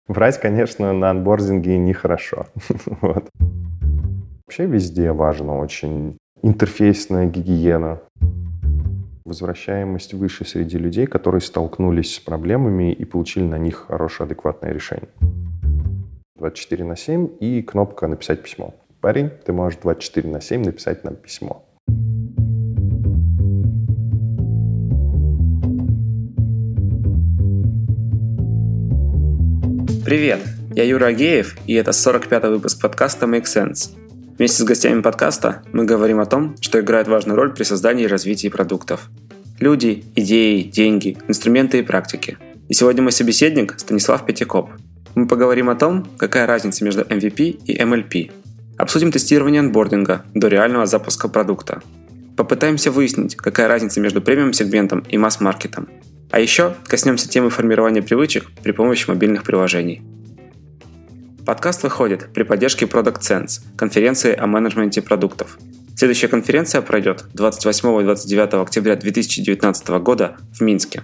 Врать, конечно, на онбординге нехорошо. Вот. Вообще везде важно очень интерфейсная гигиена. Возвращаемость выше среди людей, которые столкнулись с проблемами и получили на них хорошее, адекватное решение. 24/7 и кнопка «Написать письмо». Парень, ты можешь 24/7 написать нам письмо. Привет, я Юра Агеев, и это 45-й выпуск подкаста Make Sense. Вместе с гостями подкаста мы говорим о том, что играет важную роль при создании и развитии продуктов. Люди, идеи, деньги, инструменты и практики. И сегодня мой собеседник Станислав Пятикоп. Мы поговорим о том, какая разница между MVP и MLP. Обсудим тестирование онбординга до реального запуска продукта. Попытаемся выяснить, какая разница между премиум-сегментом и масс-маркетом. А еще коснемся темы формирования привычек при помощи мобильных приложений. Подкаст выходит при поддержке Product Sense, конференции о менеджменте продуктов. Следующая конференция пройдет 28 и 29 октября 2019 года в Минске.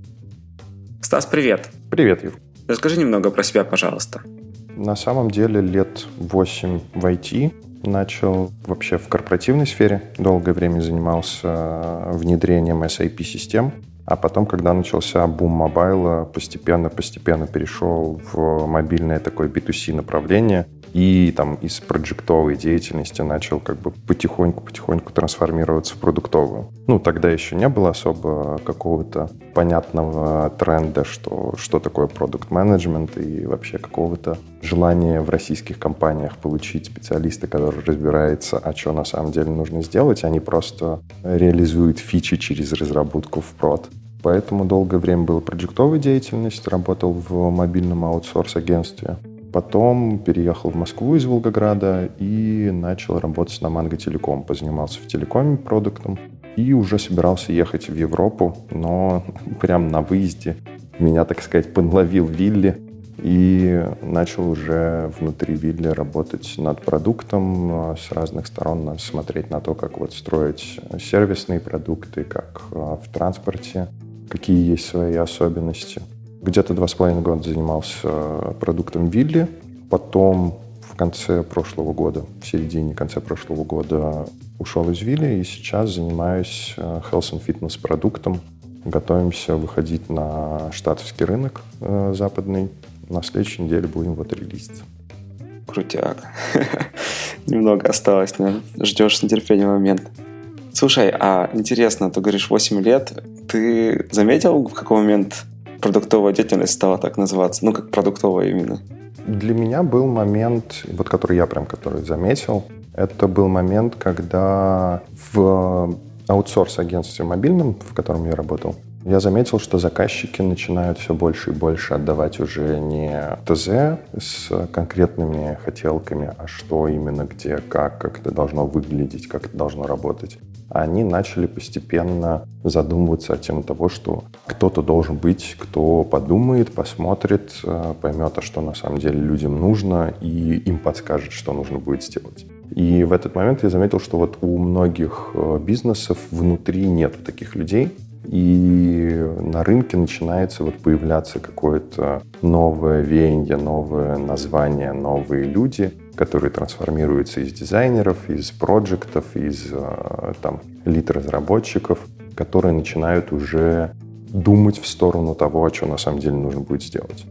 Стас, привет! Привет, Юр. Расскажи немного про себя, пожалуйста. На самом деле лет 8 в IT. Начал вообще в корпоративной сфере. Долгое время занимался внедрением SAP-систем. А потом, когда начался бум мобайла, постепенно перешел в мобильное такое B2C направление. И там из проджектовой деятельности начал потихоньку трансформироваться в продуктовую. Тогда еще не было особо какого-то понятного тренда, что такое продукт-менеджмент, и вообще какого-то желания в российских компаниях получить специалиста, который разбирается, а что на самом деле нужно сделать. Они просто реализуют фичи через разработку в прод. Поэтому долгое время была проджектовая деятельность, работал в мобильном аутсорс-агентстве. Потом переехал в Москву из Волгограда и начал работать на Манго Телеком. Позанимался в телекоме продуктом и уже собирался ехать в Европу, но прямо на выезде меня, так сказать, подловил Вилли и начал уже внутри Вилли работать над продуктом с разных сторон, смотреть на то, как строить сервисные продукты, как в транспорте, какие есть свои особенности. Где-то 2,5 года занимался продуктом Вилли. Потом в середине-конце прошлого года ушел из Вилли и сейчас занимаюсь health and fitness продуктом. Готовимся выходить на штатовский рынок западный. На следующей неделе будем релизиться. Крутяк. Немного осталось, наверное. Ждешь с нетерпением момент. Слушай, а интересно, ты говоришь 8 лет. Ты заметил, в какой момент продуктовая деятельность стала так называться? Как продуктовая именно. Для меня был момент, который заметил, это был момент, когда в аутсорс-агентстве мобильном, в котором я работал, я заметил, что заказчики начинают все больше и больше отдавать уже не ТЗ с конкретными хотелками, а что именно, где, как это должно выглядеть, как это должно работать. Они начали постепенно задумываться о теме того, что кто-то должен быть, кто подумает, посмотрит, поймет, что на самом деле людям нужно, и им подскажет, что нужно будет сделать. И в этот момент я заметил, что у многих бизнесов внутри нету таких людей, и на рынке начинается появляться какое-то новое веяние, новое название, новые люди, которые трансформируются из дизайнеров, из проектов, из лид-разработчиков, которые начинают уже думать в сторону того, что на самом деле нужно будет сделать.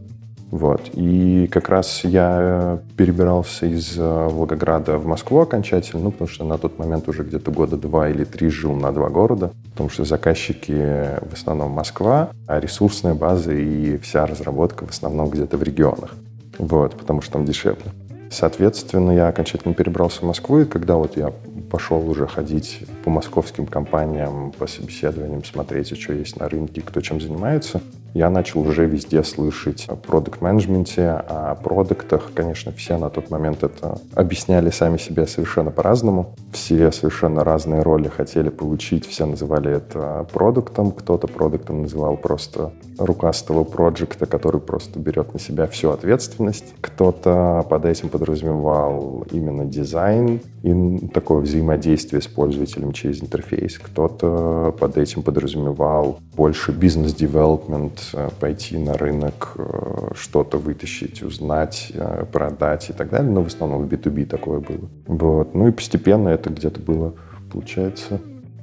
И как раз я перебирался из Волгограда в Москву окончательно, потому что на тот момент уже где-то года 2 или 3 жил на 2 города, потому что заказчики в основном Москва, а ресурсная база и вся разработка в основном где-то в регионах, потому что там дешевле. Соответственно, я окончательно перебрался в Москву, и когда я пошел уже ходить по московским компаниям, по собеседованиям, смотреть, что есть на рынке, кто чем занимается, я начал уже везде слышать о продакт-менеджменте, о продуктах. Конечно, все на тот момент это объясняли сами себе совершенно по-разному. Все совершенно разные роли хотели получить, все называли это продуктом. Кто-то продуктом называл просто рукастого проекта, который просто берет на себя всю ответственность. Кто-то под этим подразумевал именно дизайн, и такое взаимодействие с пользователем через интерфейс. Кто-то под этим подразумевал больше бизнес-девелопмент, пойти на рынок, что-то вытащить, узнать, продать и так далее. Но в основном в B2B такое было. Вот. Ну и постепенно это где-то было, получается,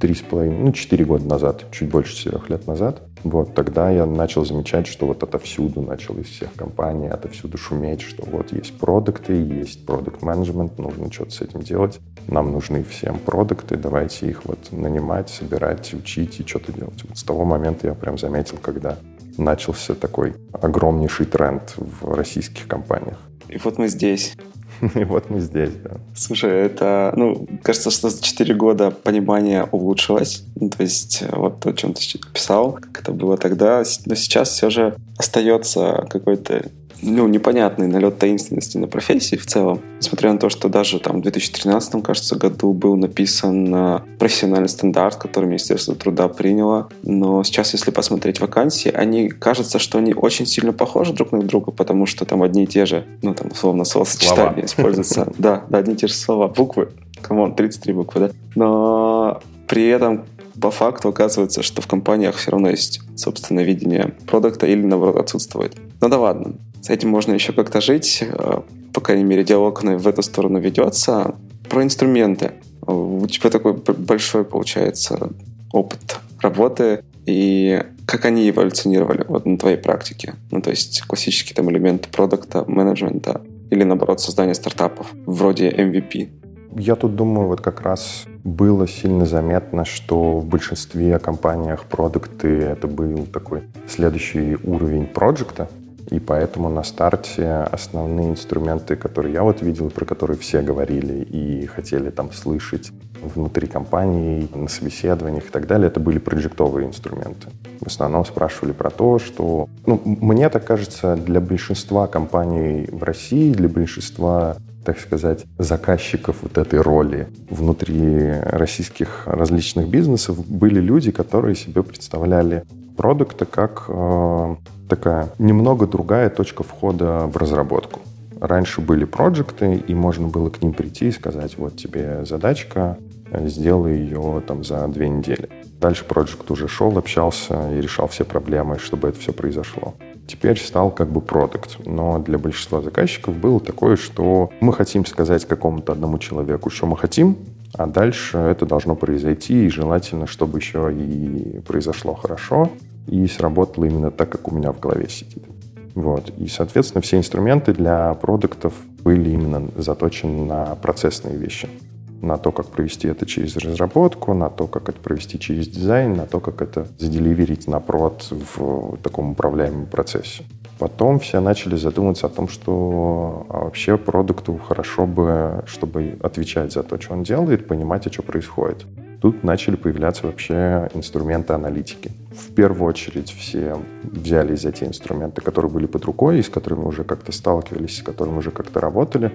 4 года назад, чуть больше 4 лет назад. Вот тогда я начал замечать, что вот отовсюду, начал из всех компаний отовсюду шуметь, что вот есть продукты, есть продукт-менеджмент, нужно что-то с этим делать. Нам нужны всем продукты, давайте их вот нанимать, собирать, учить и что-то делать. Вот с того момента я прям заметил, когда начался такой огромнейший тренд в российских компаниях. И вот мы здесь. И вот мы здесь, да. Слушай, это, кажется, что за 4 года понимание улучшилось. То есть вот то, о чем ты писал, как это было тогда. Но сейчас все же остается какой-то непонятный налет таинственности на профессии в целом. Несмотря на то, что даже там в 2013, кажется, году был написан профессиональный стандарт, который Министерство труда приняло. Но сейчас, если посмотреть вакансии, кажется, что они очень сильно похожи друг на друга, потому что там одни и те же, условно, словосочетания используются. Да, одни и те же слова, буквы. Камон, 33 буквы, да? Но при этом по факту оказывается, что в компаниях все равно есть собственное видение продукта или, наоборот, отсутствует. Ну да ладно, с этим можно еще как-то жить. По крайней мере, диалог в эту сторону ведется. Про инструменты. У тебя такой большой, получается, опыт работы. И как они эволюционировали вот на твоей практике? То есть классические там элементы продукта, менеджмента или, наоборот, создания стартапов вроде MVP. Я тут думаю, вот как раз было сильно заметно, что в большинстве компаниях продукты — это был такой следующий уровень проекта, и поэтому на старте основные инструменты, которые я вот видел, про которые все говорили и хотели там слышать внутри компании, на собеседованиях и так далее, это были проектовые инструменты. В основном спрашивали про то, что, мне так кажется, для большинства компаний в России, для большинства, так сказать, заказчиков вот этой роли внутри российских различных бизнесов были люди, которые себе представляли продукты как такая немного другая точка входа в разработку. Раньше были проекты, и можно было к ним прийти и сказать, вот тебе задачка, сделай ее там за 2 недели. Дальше проект уже шел, общался и решал все проблемы, чтобы это все произошло. Теперь стал как бы продукт, но для большинства заказчиков было такое, что мы хотим сказать какому-то одному человеку, что мы хотим, а дальше это должно произойти, и желательно, чтобы еще и произошло хорошо, и сработало именно так, как у меня в голове сидит. Вот. И, соответственно, все инструменты для продуктов были именно заточены на процессные вещи. На то, как провести это через разработку, на то, как это провести через дизайн, на то, как это заделиверить на прод в таком управляемом процессе. Потом все начали задумываться о том, что вообще продукту хорошо бы, чтобы отвечать за то, что он делает, понимать, что происходит. Тут начали появляться вообще инструменты аналитики. В первую очередь все взялись за те инструменты, которые были под рукой, и с которыми уже как-то сталкивались, с которыми уже как-то работали.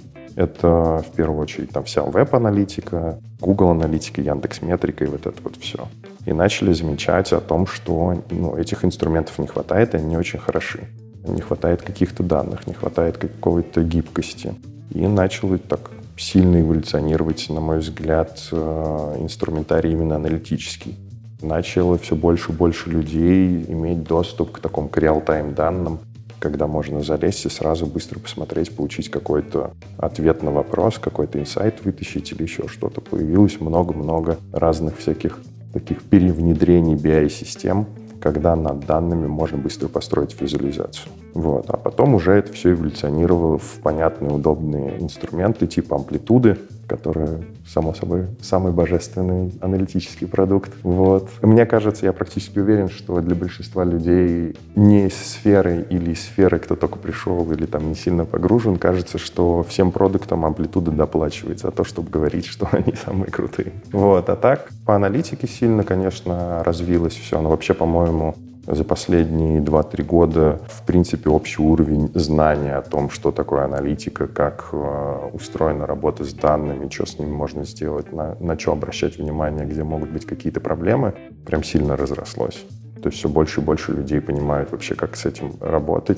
Это в первую очередь там вся веб-аналитика, Google аналитика, Яндекс.Метрика и вот это вот все. И начали замечать о том, что этих инструментов не хватает, и они не очень хороши. Не хватает каких-то данных, не хватает какой-то гибкости. И начал так сильно эволюционировать, на мой взгляд, инструментарий именно аналитический. Начало все больше и больше людей иметь доступ к такому реал-тайм данным, когда можно залезть и сразу быстро посмотреть, получить какой-то ответ на вопрос, какой-то инсайт вытащить или еще что-то. Появилось много-много разных всяких таких перевнедрений BI-систем, когда над данными можно быстро построить визуализацию. Вот. А потом уже это все эволюционировало в понятные, удобные инструменты типа амплитуды, которые, само собой, самый божественный аналитический продукт. Вот. Мне кажется, я практически уверен, что для большинства людей не из сферы или из сферы, кто только пришел или там не сильно погружен, кажется, что всем продуктам амплитуда доплачивает за то, чтобы говорить, что они самые крутые. Вот. А так, по аналитике сильно, конечно, развилось все. Но вообще, по-моему, за последние 2-3 года, в принципе, общий уровень знания о том, что такое аналитика, как устроена работа с данными, что с ними можно сделать, на что обращать внимание, где могут быть какие-то проблемы, прям сильно разрослось. То есть все больше и больше людей понимают вообще, как с этим работать,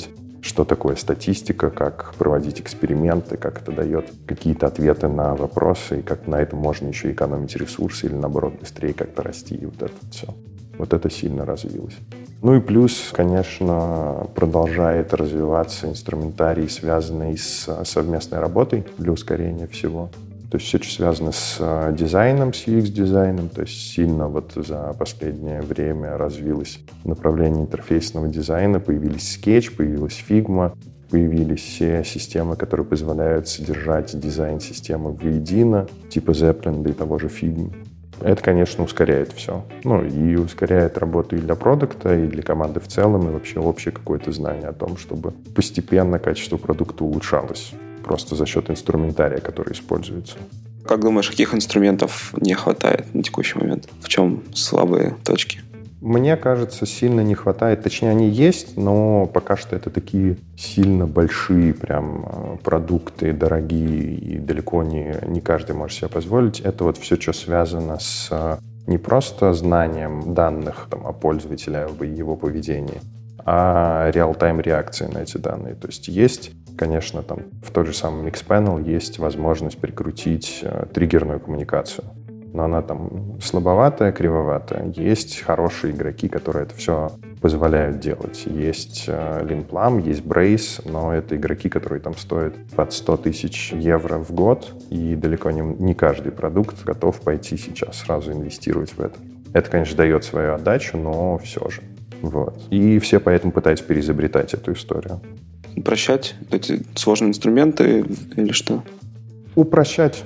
что такое статистика, как проводить эксперименты, как это дает какие-то ответы на вопросы, и как на этом можно еще экономить ресурсы или, наоборот, быстрее как-то расти, и вот это все. Вот это сильно развилось. Ну и плюс, конечно, продолжает развиваться инструментарий, связанный с совместной работой для ускорения всего. То есть все, что связано с дизайном, с UX-дизайном, то есть сильно вот за последнее время развилось направление интерфейсного дизайна, появились Sketch, появилась Figma, появились все системы, которые позволяют содержать дизайн-системы воедино, типа Zeppelin, да и того же Figma. Это, конечно, ускоряет все. Ну, и ускоряет работу и для продукта, и для команды в целом, и вообще общее какое-то знание о том, чтобы постепенно качество продукта улучшалось. Просто за счет инструментария, который используется. Как думаешь, каких инструментов не хватает на текущий момент? В чем слабые точки? Мне кажется, сильно не хватает. Точнее, они есть, но пока что это такие сильно большие прям продукты, дорогие, и далеко не каждый может себе позволить. Это вот все, что связано с не просто знанием данных там, о пользователе, об его поведении, а реал-тайм реакции на эти данные. То есть, конечно, там в тот же самый Mixpanel есть возможность прикрутить триггерную коммуникацию. Но она там слабоватая, кривоватая. Есть хорошие игроки, которые это все позволяют делать. Есть Linplam, есть Braze, но это игроки, которые там стоят под 100 тысяч евро в год, и далеко не каждый продукт готов пойти сейчас сразу инвестировать в это. Это, конечно, дает свою отдачу, но все же. Вот. И все поэтому пытаются переизобретать эту историю. Упрощать эти сложные инструменты или что? Упрощать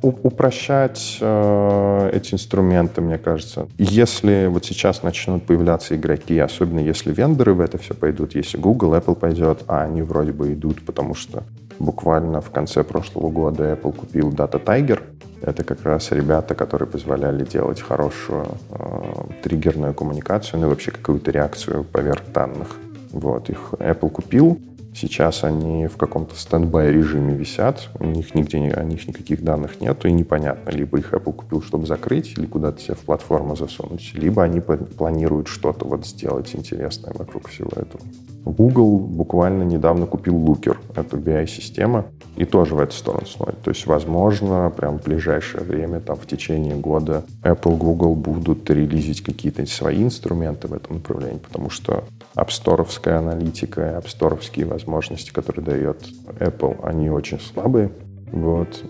эти инструменты, мне кажется. Если вот сейчас начнут появляться игроки, особенно если вендоры в это все пойдут, если Google, Apple пойдет, а они вроде бы идут, потому что буквально в конце прошлого года Apple купил Data Tiger. Это как раз ребята, которые позволяли делать хорошую триггерную коммуникацию, ну и вообще какую-то реакцию поверх данных. Вот, их Apple купил. Сейчас они в каком-то стендбай режиме висят, у них нигде о них никаких данных нету, и непонятно, либо их Apple купил, чтобы закрыть, или куда-то себе в платформу засунуть, либо они планируют что-то вот сделать интересное вокруг всего этого. Google буквально недавно купил Looker, это BI-система, и тоже в эту сторону смотрит. То есть, возможно, прям в ближайшее время, там, в течение года Apple, Google будут релизить какие-то свои инструменты в этом направлении, потому что апсторовская аналитика, апсторовские возможности, которые дает Apple, они очень слабые, вот,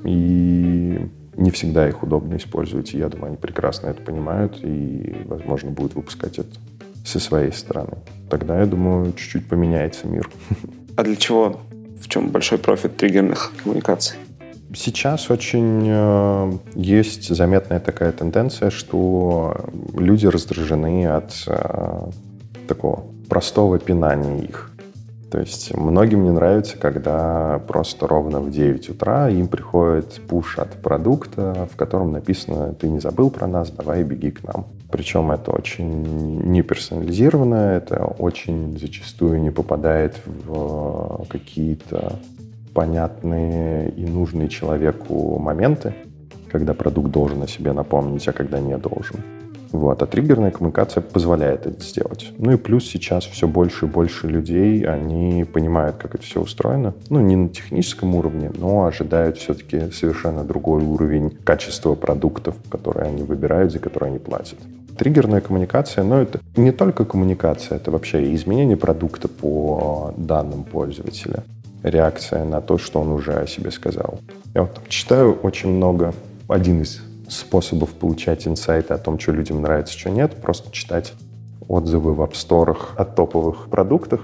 и не всегда их удобно использовать, и я думаю, они прекрасно это понимают, и, возможно, будут выпускать это со своей стороны. Тогда, я думаю, чуть-чуть поменяется мир. А для чего? В чем большой профит триггерных коммуникаций? Сейчас очень есть заметная такая тенденция, что люди раздражены от такого простого пинания их. То есть многим не нравится, когда просто ровно в 9 утра им приходит пуш от продукта, в котором написано: «Ты не забыл про нас, давай беги к нам». Причем это очень неперсонализированно, это очень зачастую не попадает в какие-то понятные и нужные человеку моменты, когда продукт должен о себе напомнить, а когда не должен. Вот. А триггерная коммуникация позволяет это сделать. Ну и плюс сейчас все больше и больше людей, они понимают, как это все устроено. Ну, не на техническом уровне, но ожидают все-таки совершенно другой уровень качества продуктов, которые они выбирают, за которые они платят. Триггерная коммуникация, но это не только коммуникация, это вообще и изменение продукта по данным пользователя. Реакция на то, что он уже о себе сказал. Я вот читаю очень много. Один из способов получать инсайты о том, что людям нравится, что нет, просто читать отзывы в апсторах о топовых продуктах.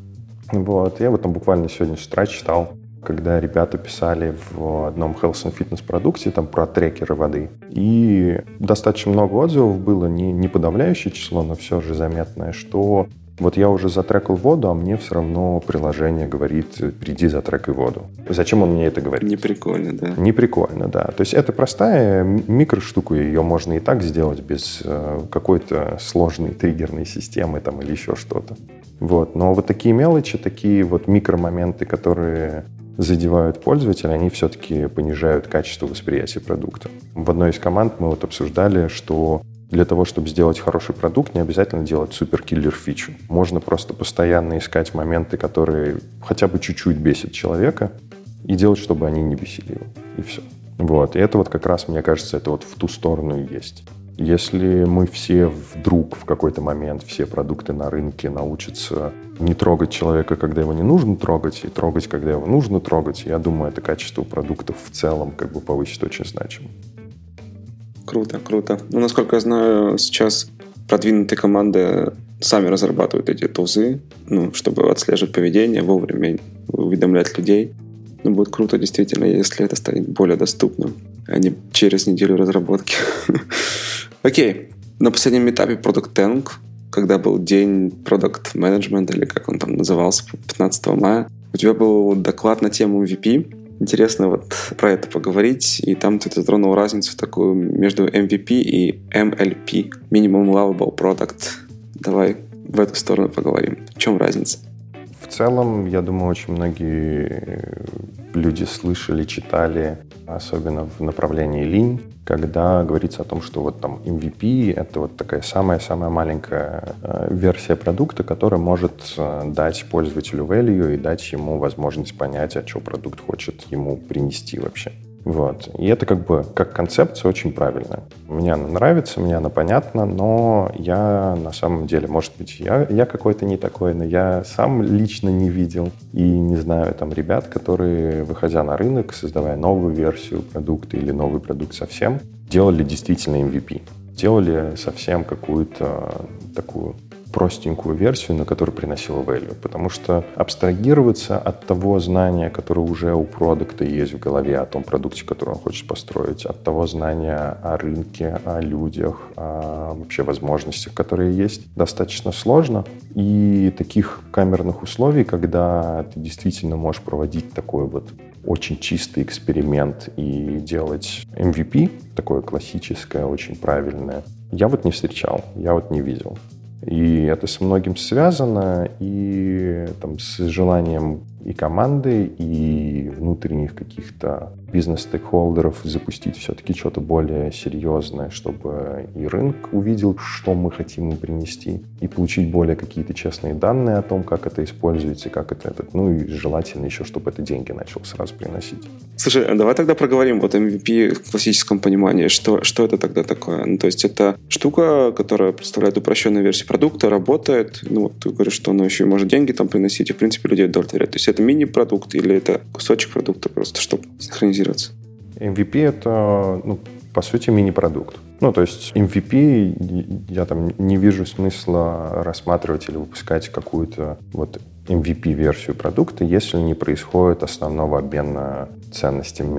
Вот. Я вот там буквально сегодня с утра читал, когда ребята писали в одном health and fitness продукте там про трекеры воды. И достаточно много отзывов было, не подавляющее число, но все же заметное, что вот я уже затрекал воду, а мне все равно приложение говорит: приди затрекай воду. Зачем он мне это говорит? Неприкольно, да. Неприкольно, да. То есть это простая микроштука, ее можно и так сделать без какой-то сложной триггерной системы там, или еще что-то. Вот. Но вот такие мелочи, такие вот микромоменты, которые задевают пользователя, они все-таки понижают качество восприятия продукта. В одной из команд мы вот обсуждали, что Для того, чтобы сделать хороший продукт, не обязательно делать супер-киллер фичу. Можно просто постоянно искать моменты, которые хотя бы чуть-чуть бесят человека, и делать, чтобы они не бесили его. И все. Вот. И это вот как раз, мне кажется, это вот в ту сторону и есть. Если мы все вдруг в какой-то момент, все продукты на рынке научатся не трогать человека, когда его не нужно трогать, и трогать, когда его нужно трогать, я думаю, это качество продуктов в целом как бы повысит очень значимо. Круто, круто. Ну, насколько я знаю, сейчас продвинутые команды сами разрабатывают эти тулзы, чтобы отслеживать поведение, вовремя уведомлять людей. Но будет круто, действительно, если это станет более доступным, а не через неделю разработки. Окей. На последнем этапе Product Tank, когда был день Product Management, или как он там назывался, 15 мая, у тебя был доклад на тему MVP. Интересно вот про это поговорить. И там ты затронул разницу такую между MVP и MLP. Minimum Lovable Product. Давай в эту сторону поговорим. В чем разница? В целом, я думаю, очень многие люди слышали, читали, особенно в направлении Lean, когда говорится о том, что вот там MVP — это вот такая самая-самая маленькая версия продукта, которая может дать пользователю value и дать ему возможность понять, а что продукт хочет ему принести вообще. Вот. И это как бы как концепция очень правильная. Мне она нравится, мне она понятна, но я на самом деле, может быть, я какой-то не такой, но я сам лично не видел и не знаю там ребят, которые, выходя на рынок, создавая новую версию продукта или новый продукт совсем, делали действительно MVP. Делали совсем какую-то такую простенькую версию, на которую приносила value. Потому что абстрагироваться от того знания, которое уже у продукта есть в голове, о том продукте, который он хочет построить, от того знания о рынке, о людях, о вообще возможностях, которые есть, достаточно сложно. И таких камерных условий, когда ты действительно можешь проводить такой вот очень чистый эксперимент и делать MVP, такое классическое, очень правильное, я вот не встречал, я вот не видел. И это с многим связано, и там, с желанием и команды, и внутренних каких-то бизнес-стейкхолдеров запустить все-таки что-то более серьезное, чтобы и рынок увидел, что мы хотим им принести, и получить более какие-то честные данные о том, как это используется, как это, и желательно еще, чтобы это деньги начало сразу приносить. Слушай, давай тогда проговорим вот MVP в классическом понимании. Что это тогда такое? То есть это штука, которая представляет упрощенную версию продукта, работает, ты говоришь, что она еще и может деньги там приносить, и в принципе людей удовлетворять. То есть это мини-продукт или это кусочек продукта просто, чтобы синхронизироваться? MVP — это, по сути, мини-продукт. То есть MVP, я там не вижу смысла рассматривать или выпускать какую-то вот MVP-версию продукта, если не происходит основного обмена ценностями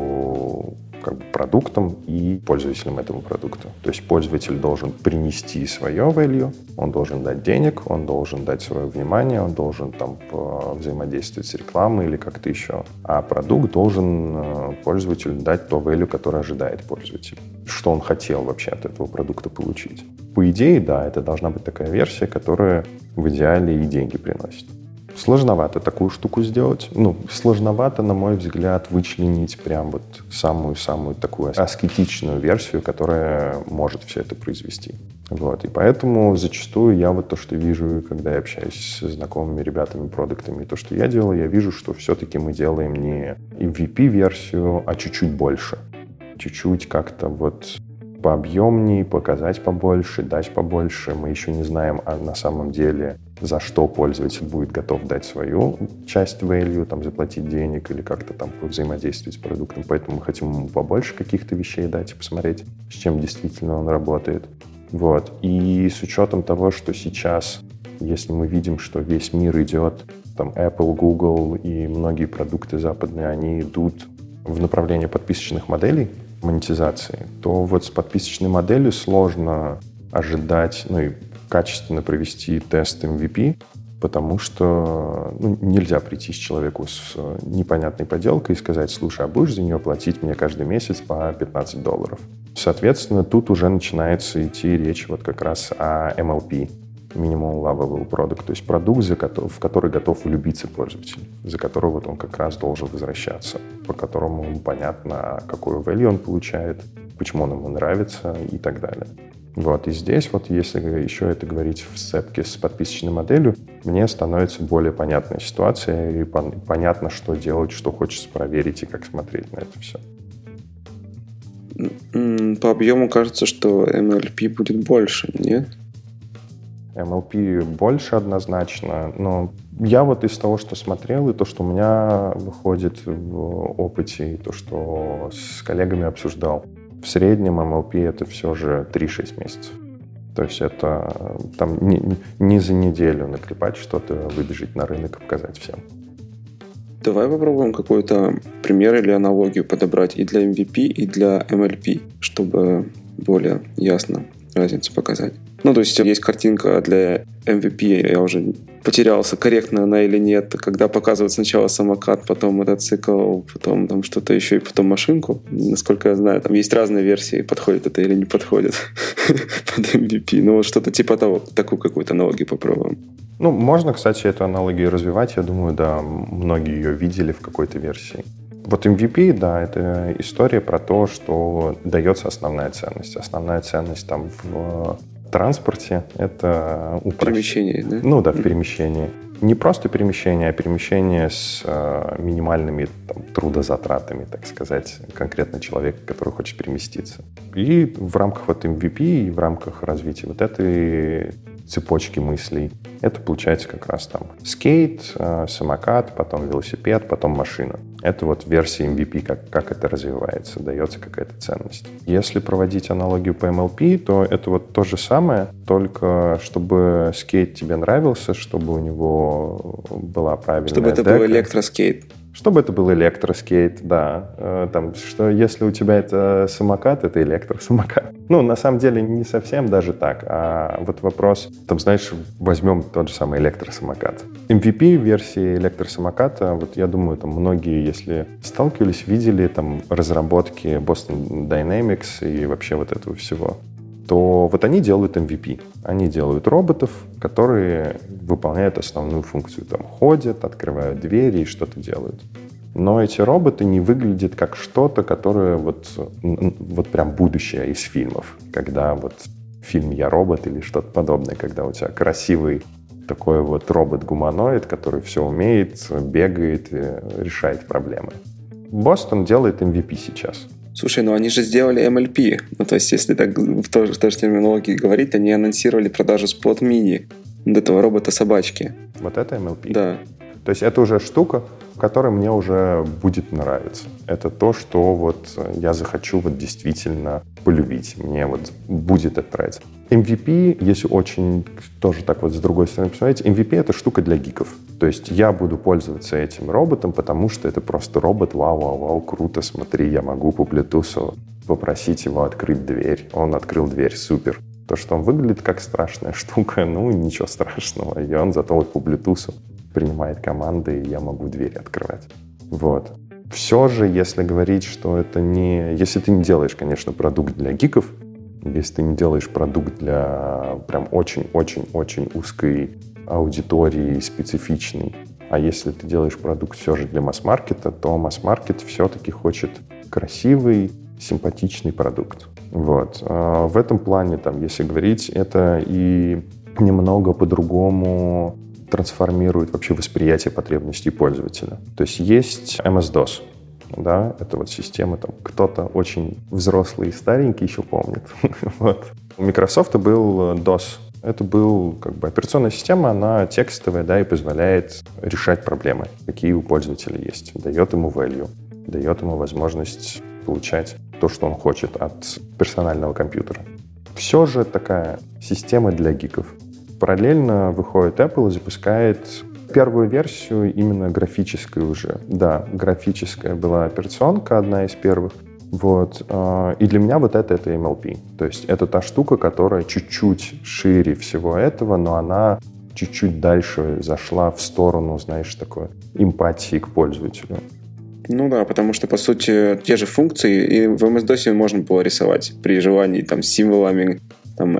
между продуктом и пользователем этого продукта. То есть пользователь должен принести свое value, он должен дать денег, он должен дать свое внимание, он должен там взаимодействовать с рекламой или как-то еще. А продукт должен пользователю дать то value, которое ожидает пользователь. Что он хотел вообще от этого продукта получить. По идее, да, это должна быть такая версия, которая в идеале и деньги приносит. Сложновато такую штуку сделать. Сложновато, на мой взгляд, вычленить прям вот самую-самую такую аскетичную версию, которая может все это произвести. Вот. И поэтому зачастую я вот то, что вижу, когда я общаюсь с знакомыми ребятами, продуктами, то, что я делаю, я вижу, что все-таки мы делаем не MVP-версию, а чуть-чуть больше. Чуть-чуть как-то вот пообъемнее, показать побольше, дать побольше. Мы еще не знаем на самом деле, за что пользователь будет готов дать свою часть value, там, заплатить денег или как-то там взаимодействовать с продуктом. Поэтому мы хотим ему побольше каких-то вещей дать и посмотреть, с чем действительно он работает. Вот. И с учетом того, что сейчас, если мы видим, что весь мир идет, там Apple, Google и многие продукты западные, они идут в направлении подписочных моделей монетизации, то вот с подписочной моделью сложно ожидать, и качественно провести тест MVP, потому что нельзя прийти с человеку с непонятной поделкой и сказать: слушай, а будешь за нее платить мне каждый месяц по $15? Соответственно, тут уже начинается идти речь вот как раз о MLP, Minimum Lovable Product, то есть продукт, в который готов влюбиться пользователь, за которого вот он как раз должен возвращаться, по которому понятно, какой value он получает, почему он ему нравится и так далее. Вот, и здесь вот, если еще это говорить в сцепке с подписочной моделью, мне становится более понятная ситуация и понятно, что делать, что хочется проверить и как смотреть на это все. По объему кажется, что MLP будет больше, нет? MLP больше однозначно, но я вот из того, что смотрел, и то, что у меня выходит в опыте, и то, что с коллегами обсуждал, в среднем MLP это все же 3-6 месяцев. То есть это там не за неделю наклепать что-то, выбежать на рынок и показать всем. Давай попробуем какой-то пример или аналогию подобрать и для MVP, и для MLP, чтобы более ясно разницу показать. Ну, то есть есть картинка для MVP, я уже потерялся, корректно она или нет, когда показывают сначала самокат, потом мотоцикл, потом там что-то еще и потом машинку. Насколько я знаю, там есть разные версии, подходит это или не подходит под MVP. Ну, вот что-то типа того, такую какую-то аналогию попробуем. Ну, можно, кстати, эту аналогию развивать. Я думаю, да, многие ее видели в какой-то версии. Вот MVP, да, это история про то, что дается основная ценность. Основная ценность там в транспорте — это перемещение, да? Ну да, в перемещении. Не просто перемещение, а перемещение с минимальными там, трудозатратами, так сказать, конкретно человека, который хочет переместиться. И в рамках вот MVP, и в рамках развития вот этой цепочки мыслей, это получается как раз там скейт, самокат, потом велосипед, потом машина. Это вот версия MVP, как это развивается, дается какая-то ценность. Если проводить аналогию по MLP, то это вот то же самое, только чтобы скейт тебе нравился, чтобы у него была правильная дека. Чтобы это был электроскейт. Чтобы это был электроскейт, да. Там, что если у тебя это самокат, это электросамокат. Ну, на самом деле, не совсем даже так. А вот вопрос, там, знаешь, возьмем тот же самый электросамокат. MVP-версии электросамоката, вот я думаю, там многие, если сталкивались, видели там разработки Boston Dynamics и вообще вот этого всего, то вот они делают MVP. Они делают роботов, которые выполняют основную функцию. Там ходят, открывают двери и что-то делают. Но эти роботы не выглядят как что-то, которое вот прям будущее из фильмов. Когда вот фильм «Я робот» или что-то подобное, когда у тебя красивый такой вот робот-гуманоид, который все умеет, бегает, решает проблемы. Бостон делает MVP сейчас. Слушай, ну они же сделали MLP. Ну, то есть, если так в той же терминологии говорить, они анонсировали продажу Spot Mini вот этого робота-собачки. Вот это MLP? Да. То есть это уже штука, которая мне уже будет нравиться. Это то, что вот я захочу вот действительно полюбить. Мне вот будет это нравиться. MVP, если очень тоже так вот с другой стороны посмотреть, MVP — это штука для гиков. То есть я буду пользоваться этим роботом, потому что это просто робот, вау, круто, смотри, я могу по Bluetooth попросить его открыть дверь. Он открыл дверь, супер. То, что он выглядит как страшная штука, ну, ничего страшного. И он зато вот по Bluetooth принимает команды, и я могу дверь открывать. Вот. Все же, если говорить, что это не... Если ты не делаешь, конечно, продукт для гиков, если ты не делаешь продукт для прям очень-очень-очень узкой аудитории, специфичный, а если ты делаешь продукт все же для масс-маркета, то масс-маркет все-таки хочет красивый, симпатичный продукт. Вот. В этом плане, там, если говорить, это и немного по-другому трансформирует вообще восприятие потребностей пользователя. То есть MS-DOS. Да, это вот система, там, кто-то очень взрослый и старенький еще помнит. Вот. У Microsoft был DOS. Это был как бы операционная система, она текстовая, да, и позволяет решать проблемы, какие у пользователя есть. Дает ему value, дает ему возможность получать то, что он хочет от персонального компьютера. Все же такая система для гиков. Параллельно выходит Apple и запускает первую версию именно графической уже. Да, графическая была операционка, одна из первых. Вот. И для меня вот это MLP. То есть это та штука, которая чуть-чуть шире всего этого, но она чуть-чуть дальше зашла в сторону, знаешь, такой эмпатии к пользователю. Ну да, потому что, по сути, те же функции и в MS-DOS можно было рисовать при желании там, с символами, там,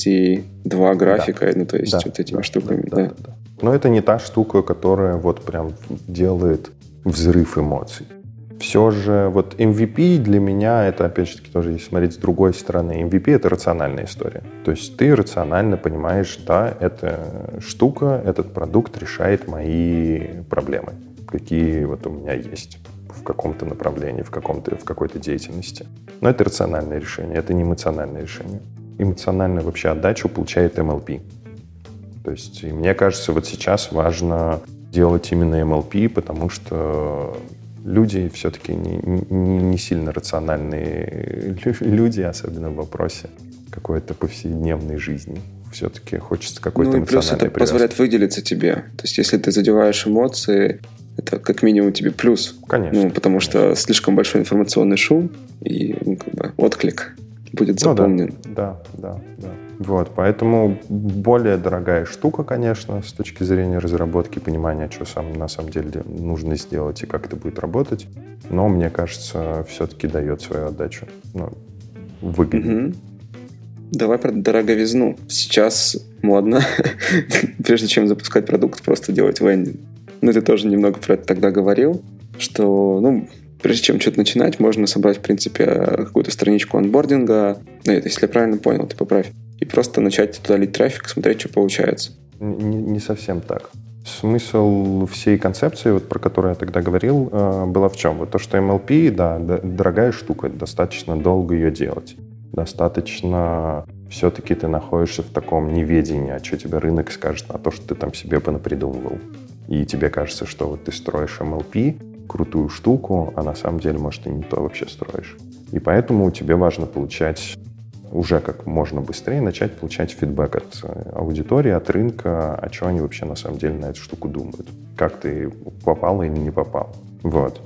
SC2 графикой, да. Ну, то есть да, вот этими штуками. Да. Но это не та штука, которая вот прям делает взрыв эмоций. все же вот MVP для меня это, опять же таки, тоже если смотреть с другой стороны. MVP — это рациональная история. То есть ты рационально понимаешь, да, эта штука, этот продукт решает мои проблемы, какие вот у меня есть в каком-то направлении, в какой-то деятельности. Но это рациональное решение, это не эмоциональное решение. Эмоциональную вообще отдачу получает MLP. То есть, и мне кажется, вот сейчас важно делать именно MLP, потому что люди все-таки не сильно рациональные люди, особенно в вопросе какой-то повседневной жизни. Все-таки хочется какой-то эмоциональной привязки. Ну и плюс это позволяет выделиться тебе. То есть если ты задеваешь эмоции, это как минимум тебе плюс. Конечно. Ну, потому что слишком большой информационный шум и отклик будет запомнен. Да. Вот, поэтому более дорогая штука, конечно, с точки зрения разработки, понимания, что на самом деле нужно сделать и как это будет работать. Но, мне кажется, все-таки дает свою отдачу. Выгодно. Давай про дороговизну. Сейчас модно, прежде чем запускать продукт, просто делать лендинг. Ты тоже немного про это тогда говорил, что, прежде чем что-то начинать, можно собрать, в принципе, какую-то страничку онбординга. Это, если я правильно понял, ты поправь. И просто начать туда лить трафик, смотреть, что получается. Не совсем так. Смысл всей концепции, вот, про которую я тогда говорил, была в чем? Вот то, что MLP, да, дорогая штука, достаточно долго ее делать. Достаточно все-таки ты находишься в таком неведении, а что тебе рынок скажет на то, что ты там себе понапридумывал. И тебе кажется, что вот ты строишь MLP, крутую штуку, а на самом деле, может, и не то вообще строишь. И поэтому тебе важно получать уже как можно быстрее начать получать фидбэк от аудитории, от рынка, о чем они вообще на самом деле на эту штуку думают. Как ты попал или не попал. Вот.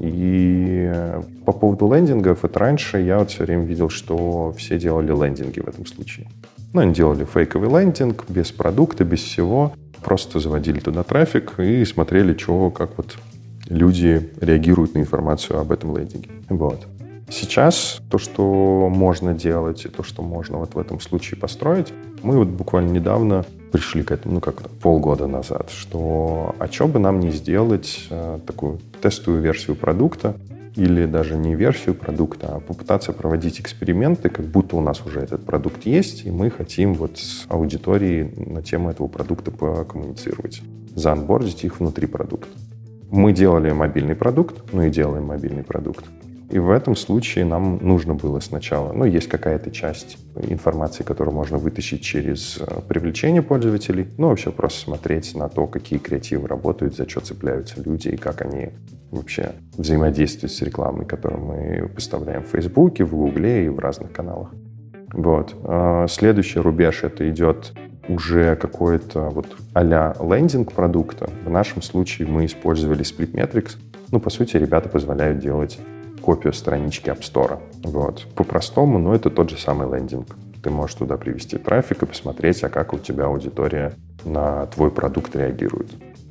И по поводу лендингов, это раньше я вот все время видел, что все делали лендинги в этом случае. Они делали фейковый лендинг, без продукта, без всего. Просто заводили туда трафик и смотрели, как вот люди реагируют на информацию об этом лендинге. Вот. Сейчас то, что можно делать, и то, что можно вот в этом случае построить, мы вот буквально недавно пришли к этому, полгода назад, что что бы нам не сделать такую тестовую версию продукта, или даже не версию продукта, а попытаться проводить эксперименты, как будто у нас уже этот продукт есть, и мы хотим вот с аудиторией на тему этого продукта покоммуницировать, заонбордить их внутри продукта. Мы делали мобильный продукт, и делаем мобильный продукт. И в этом случае нам нужно было сначала, есть какая-то часть информации, которую можно вытащить через привлечение пользователей, вообще просто смотреть на то, какие креативы работают, за что цепляются люди и как они вообще взаимодействуют с рекламой, которую мы поставляем в Фейсбуке, в Гугле и в разных каналах. Вот. Следующий рубеж — это идет уже какой-то а-ля лендинг продукта. В нашем случае мы использовали Splitmetrics. По сути, ребята позволяют делать копию странички App Store. Вот. По-простому, это тот же самый лендинг. Ты можешь туда привести трафик и посмотреть, как у тебя аудитория на твой продукт реагирует.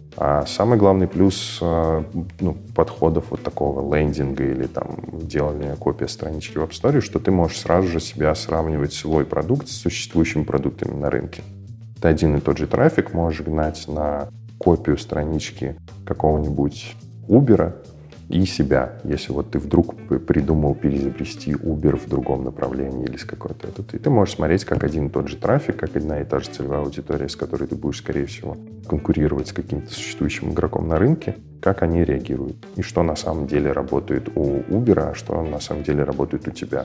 А самый главный плюс подходов такого лендинга или делания копии странички в App Store, что ты можешь сразу же себя сравнивать свой продукт с существующими продуктами на рынке. Ты один и тот же трафик можешь гнать на копию странички какого-нибудь Uber и себя, если ты вдруг придумал переизобрести Uber в другом направлении или с какой-то и ты можешь смотреть, как один и тот же трафик, как одна и та же целевая аудитория, с которой ты будешь, скорее всего, конкурировать с каким-то существующим игроком на рынке, как они реагируют. И что на самом деле работает у Uber, а что на самом деле работает у тебя.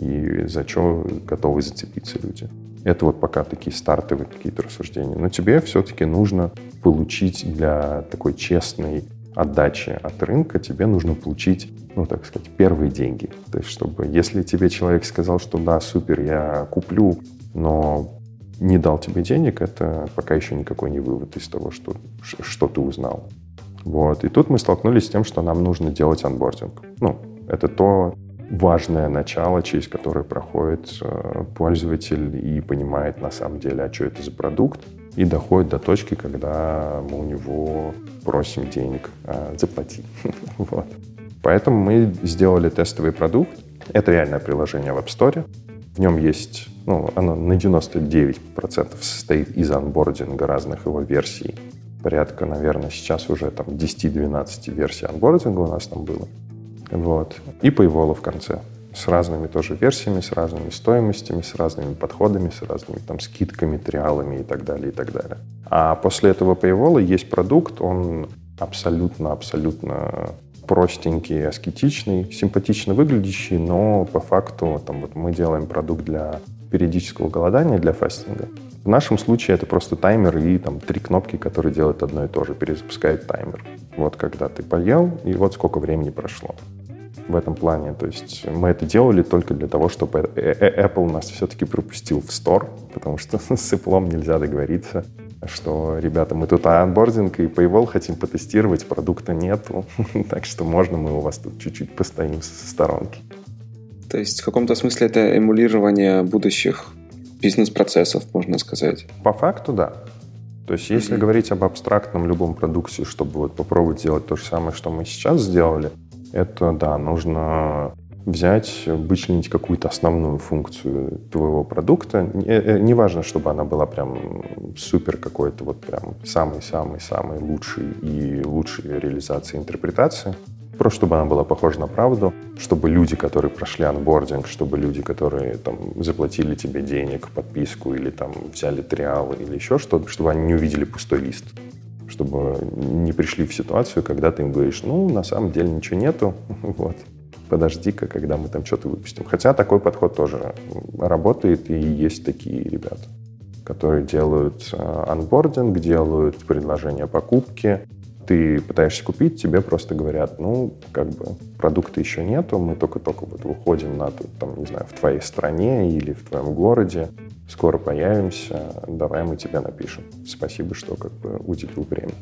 И за что готовы зацепиться люди. Это пока такие стартовые какие-то рассуждения. Но тебе все-таки нужно получить для такой честной отдачи от рынка, тебе нужно получить, первые деньги. То есть, чтобы, если тебе человек сказал, что да, супер, я куплю, но не дал тебе денег, это пока еще никакой не вывод из того, что ты узнал. Вот. И тут мы столкнулись с тем, что нам нужно делать онбординг. Это то важное начало, через которое проходит пользователь и понимает на самом деле, что это за продукт, и доходит до точки, когда мы у него просим денег заплатить. Вот. Поэтому мы сделали тестовый продукт. Это реальное приложение в App Store. В нем есть, оно на 99% состоит из онбординга разных его версий. Порядка, наверное, сейчас уже 10-12 версий онбординга у нас там было. Вот. И Paywall в конце. С разными тоже версиями, с разными стоимостями, с разными подходами, с разными там скидками, триалами и так далее, и так далее. А после этого Paywall есть продукт, он абсолютно простенький, аскетичный, симпатично выглядящий, но по факту там, вот мы делаем продукт для периодического голодания, для фастинга. В нашем случае это просто таймер и там 3 кнопки, которые делают одно и то же, перезапускают таймер. Вот когда ты поел, и вот сколько времени прошло. В этом плане, то есть мы это делали только для того, чтобы Apple нас все-таки пропустил в Store, потому что с Apple нельзя договориться, что, ребята, мы тут онбординг и Paywall хотим потестировать, продукта нету, так что можно мы у вас тут чуть-чуть постоим со сторонки. То есть в каком-то смысле это эмулирование будущих бизнес-процессов, можно сказать? По факту, да. То есть если говорить об абстрактном любом продукте, чтобы вот попробовать сделать то же самое, что мы сейчас сделали, это, да, нужно взять, вычленить какую-то основную функцию твоего продукта. Не важно, чтобы она была прям супер какой-то вот прям самый-самый-самый лучший и лучшей реализации интерпретации. Просто чтобы она была похожа на правду, чтобы люди, которые прошли онбординг, чтобы люди, которые там заплатили тебе денег, подписку или там взяли триал или еще что-то, чтобы они не увидели пустой лист. Чтобы не пришли в ситуацию, когда ты им говоришь, ну, на самом деле ничего нету, вот, подожди-ка, когда мы там что-то выпустим. Хотя такой подход тоже работает, и есть такие ребята, которые делают онбординг, делают предложение покупки. Ты пытаешься купить, тебе просто говорят, ну, как бы продукта еще нету, мы только-только вот выходим на, там, не знаю, в твоей стране или в твоем городе, скоро появимся, давай мы тебе напишем. Спасибо, что как бы уделил время.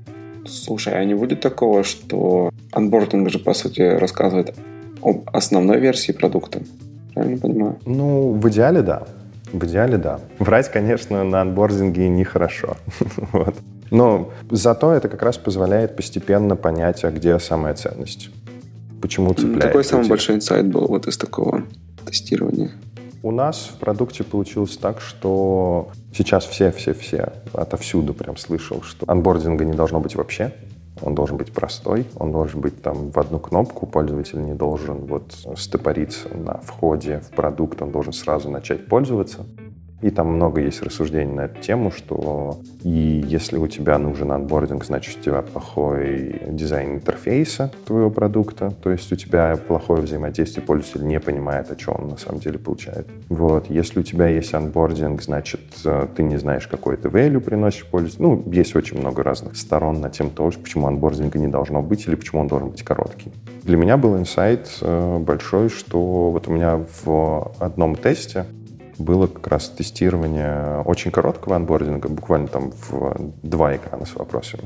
Слушай, а не будет такого, что онбординг же, по сути, рассказывает об основной версии продукта? Правильно понимаю? Ну, в идеале, да. В идеале, да. Врать, конечно, на онбординге нехорошо. Вот. Но зато это как раз позволяет постепенно понять, а где самая ценность. Почему цепляет. Какой самый большой инсайт был вот из такого тестирования? У нас в продукте получилось так, что сейчас все отовсюду прям слышал, что онбординга не должно быть вообще. Он должен быть простой, он должен быть там в одну кнопку, пользователь не должен вот стопориться на входе в продукт, он должен сразу начать пользоваться. И там много есть рассуждений на эту тему, что и если у тебя нужен онбординг, значит, у тебя плохой дизайн интерфейса твоего продукта, то есть у тебя плохое взаимодействие, пользователь не понимает, о чем он на самом деле получает. Вот. Если у тебя есть онбординг, значит, ты не знаешь, какой ты value приносишь пользователю. Ну, есть очень много разных сторон на тему того, почему онбординга не должно быть или почему он должен быть короткий. Для меня был инсайт большой, что вот у меня в одном тесте было как раз тестирование очень короткого онбординга, буквально там в 2 экрана с вопросами.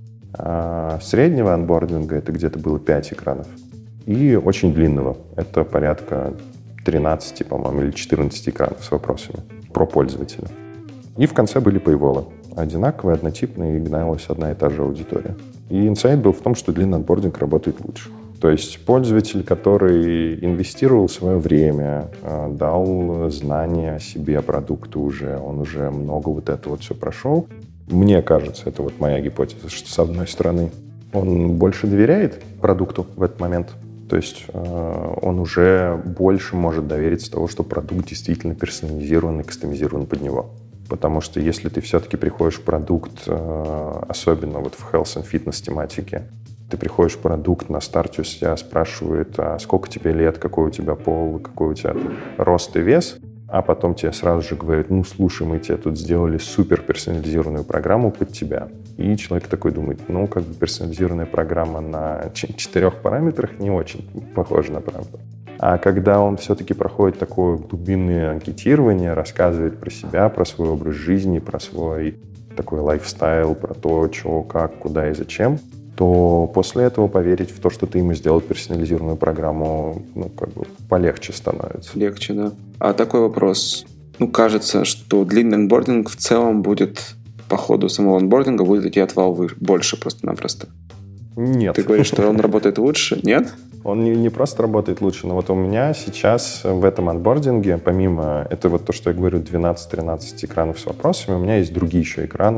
А среднего онбординга это где-то было 5 экранов. И очень длинного. Это порядка 13, по-моему, или 14 экранов с вопросами про пользователя. И в конце были Paywall. Одинаковые, однотипные, и гналась одна и та же аудитория. И инсайт был в том, что длинный онбординг работает лучше. То есть пользователь, который инвестировал свое время, дал знания о себе, о продукту уже, он уже много вот это вот все прошел. Мне кажется, это вот моя гипотеза, что с одной стороны он больше доверяет продукту в этот момент. То есть он уже больше может довериться того, что продукт действительно персонализирован и кастомизирован под него. Потому что если ты все-таки приходишь в продукт, особенно вот в health and fitness тематике, ты приходишь в продукт, на старте у тебя спрашивают, а сколько тебе лет, какой у тебя пол, какой у тебя рост и вес, а потом тебе сразу же говорят, ну, слушай, мы тебе тут сделали супер персонализированную программу под тебя. И человек такой думает, ну, как бы персонализированная программа на 4 параметрах не очень похожа на правду. А когда он все-таки проходит такое глубинное анкетирование, рассказывает про себя, про свой образ жизни, про свой такой лайфстайл, про то, что, как, куда и зачем, то после этого поверить в то, что ты ему сделал персонализированную программу, ну, как бы полегче становится. Легче, да. А такой вопрос. Ну, кажется, что длинный онбординг в целом будет, по ходу самого онбординга, будет идти отвал больше просто-напросто. Нет. Ты говоришь, что он работает лучше? Нет? Он не просто работает лучше, но вот у меня сейчас в этом онбординге, помимо, это вот то, что я говорю, 12-13 экранов с вопросами, у меня есть другие еще экраны,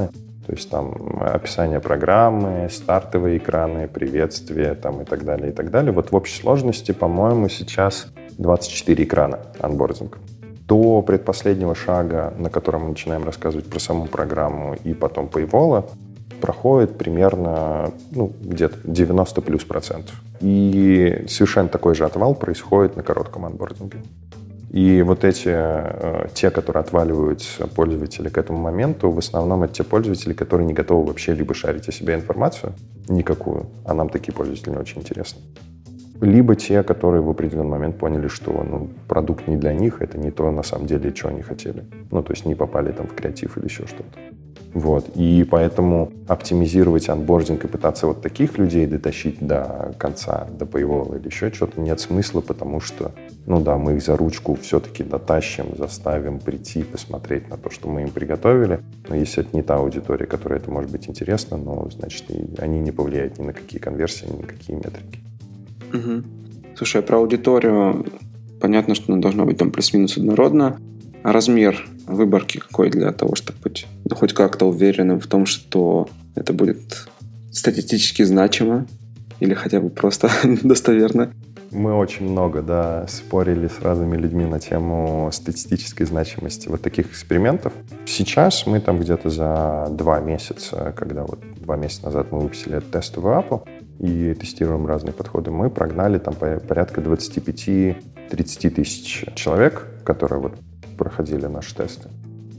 То есть там описание программы, стартовые экраны, приветствия там, и так далее, и так далее. Вот в общей сложности, по-моему, сейчас 24 экрана онбординга. До предпоследнего шага, на котором мы начинаем рассказывать про саму программу и потом Paywall, проходит примерно где-то 90+%. И совершенно такой же отвал происходит на коротком онбординге. И вот те, которые отваливаются пользователи к этому моменту, в основном это те пользователи, которые не готовы вообще либо шарить о себе информацию, никакую, а нам такие пользователи не очень интересны, либо те, которые в определенный момент поняли, что продукт не для них, это не то на самом деле, что они хотели. То есть не попали там в креатив или еще что-то. Вот. И поэтому оптимизировать онбординг и пытаться вот таких людей дотащить до конца, до Paywall или еще что-то нет смысла, потому что, мы их за ручку все-таки дотащим, заставим прийти, посмотреть на то, что мы им приготовили. Но если это не та аудитория, которой это может быть интересно, значит, они не повлияют ни на какие конверсии, ни на какие метрики. Угу. Слушай, про аудиторию понятно, что она должна быть там плюс-минус однородна. А размер выборки какой для того, чтобы быть хоть как-то уверенным в том, что это будет статистически значимо или хотя бы просто достоверно? Мы очень много, спорили с разными людьми на тему статистической значимости вот таких экспериментов. Сейчас мы там где-то за 2 месяца, когда 2 месяца назад мы выпустили эту тестовую апу и тестируем разные подходы, мы прогнали там порядка 25-30 тысяч человек, которые проходили наши тесты.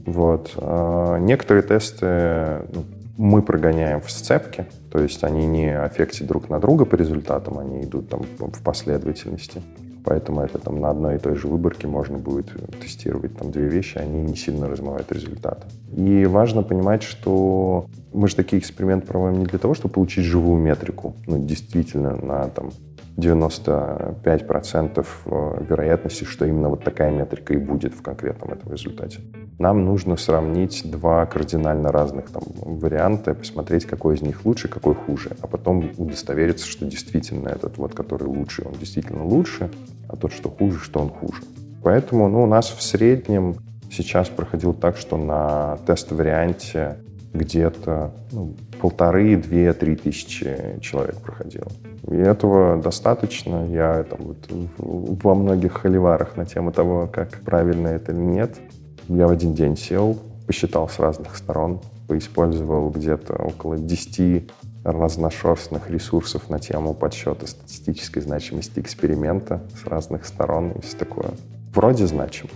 Некоторые тесты мы прогоняем в сцепке, то есть они не аффектят друг на друга по результатам, они идут там в последовательности. Поэтому это там на одной и той же выборке можно будет тестировать там 2 вещи, они не сильно размывают результаты. И важно понимать, что мы же такие эксперименты проводим не для того, чтобы получить живую метрику, действительно на 95% вероятности, что именно вот такая метрика и будет в конкретном этом результате. Нам нужно сравнить 2 кардинально разных варианта, посмотреть, какой из них лучше, какой хуже, а потом удостовериться, что действительно этот который лучше, он действительно лучше, а тот, что хуже, что он хуже. Поэтому у нас в среднем сейчас проходило так, что на тест-варианте где-то 1500-2000-3 тысячи человек проходило. И этого достаточно. Я во многих холиварах на тему того, как правильно это или нет. Я в один день сел, посчитал с разных сторон, поиспользовал где-то около 10 разношерстных ресурсов на тему подсчета статистической значимости эксперимента с разных сторон и все такое. Вроде значимо.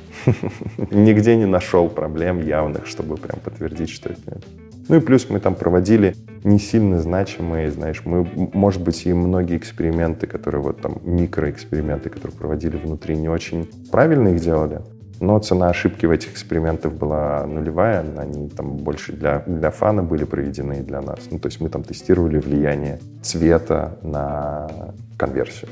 Нигде не нашел проблем явных, чтобы прям подтвердить, что это нет. И плюс мы там проводили не сильно значимые, может быть, и многие эксперименты, которые микроэксперименты, которые проводили внутри, не очень правильно их делали, но цена ошибки в этих экспериментах была нулевая, они там больше для фана были проведены для нас. То есть мы там тестировали влияние цвета на конверсию.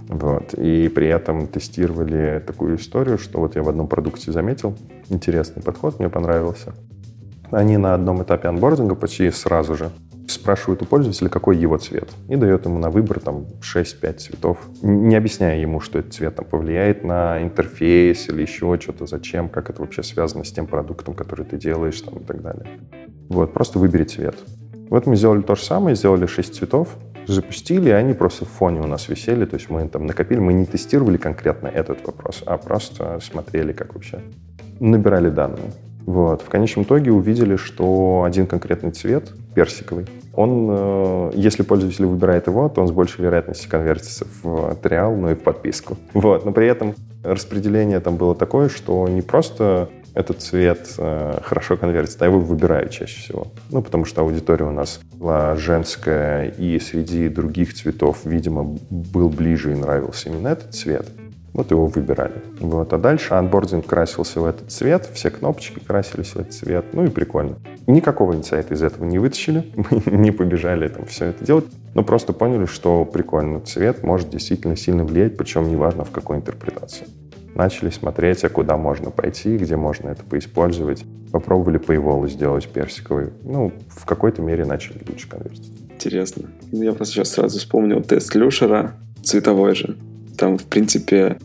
И при этом тестировали такую историю, что я в одном продукте заметил интересный подход, мне понравился. Они на одном этапе онбординга почти сразу же спрашивают у пользователя, какой его цвет, и дает ему на выбор 6-5 цветов, не объясняя ему, что этот цвет повлияет на интерфейс или еще что-то, зачем, как это вообще связано с тем продуктом, который ты делаешь и так далее. Просто выбери цвет. Мы сделали то же самое, сделали 6 цветов, запустили, и они просто в фоне у нас висели, то есть мы накопили, мы не тестировали конкретно этот вопрос, а просто смотрели, как вообще набирали данные. В конечном итоге увидели, что один конкретный цвет, персиковый, он, если пользователь выбирает его, то он с большей вероятностью конвертится в триал, и в подписку. Но при этом распределение там было такое, что не просто этот цвет хорошо конвертится, а его выбирают чаще всего. Потому что аудитория у нас была женская, и среди других цветов, видимо, был ближе и нравился именно этот цвет. Его выбирали. А дальше онбординг красился в этот цвет, все кнопочки красились в этот цвет. И прикольно. Никакого инсайта из этого не вытащили, мы не побежали все это делать, но просто поняли, что прикольно. Цвет может действительно сильно влиять, причем неважно в какой интерпретации. Начали смотреть, куда можно пойти, где можно это поиспользовать. Попробовали Paywall сделать персиковый. В какой-то мере начали лучше конвертить. Интересно. Я просто сейчас сразу вспомнил тест Люшера, цветовой же. Там, в принципе,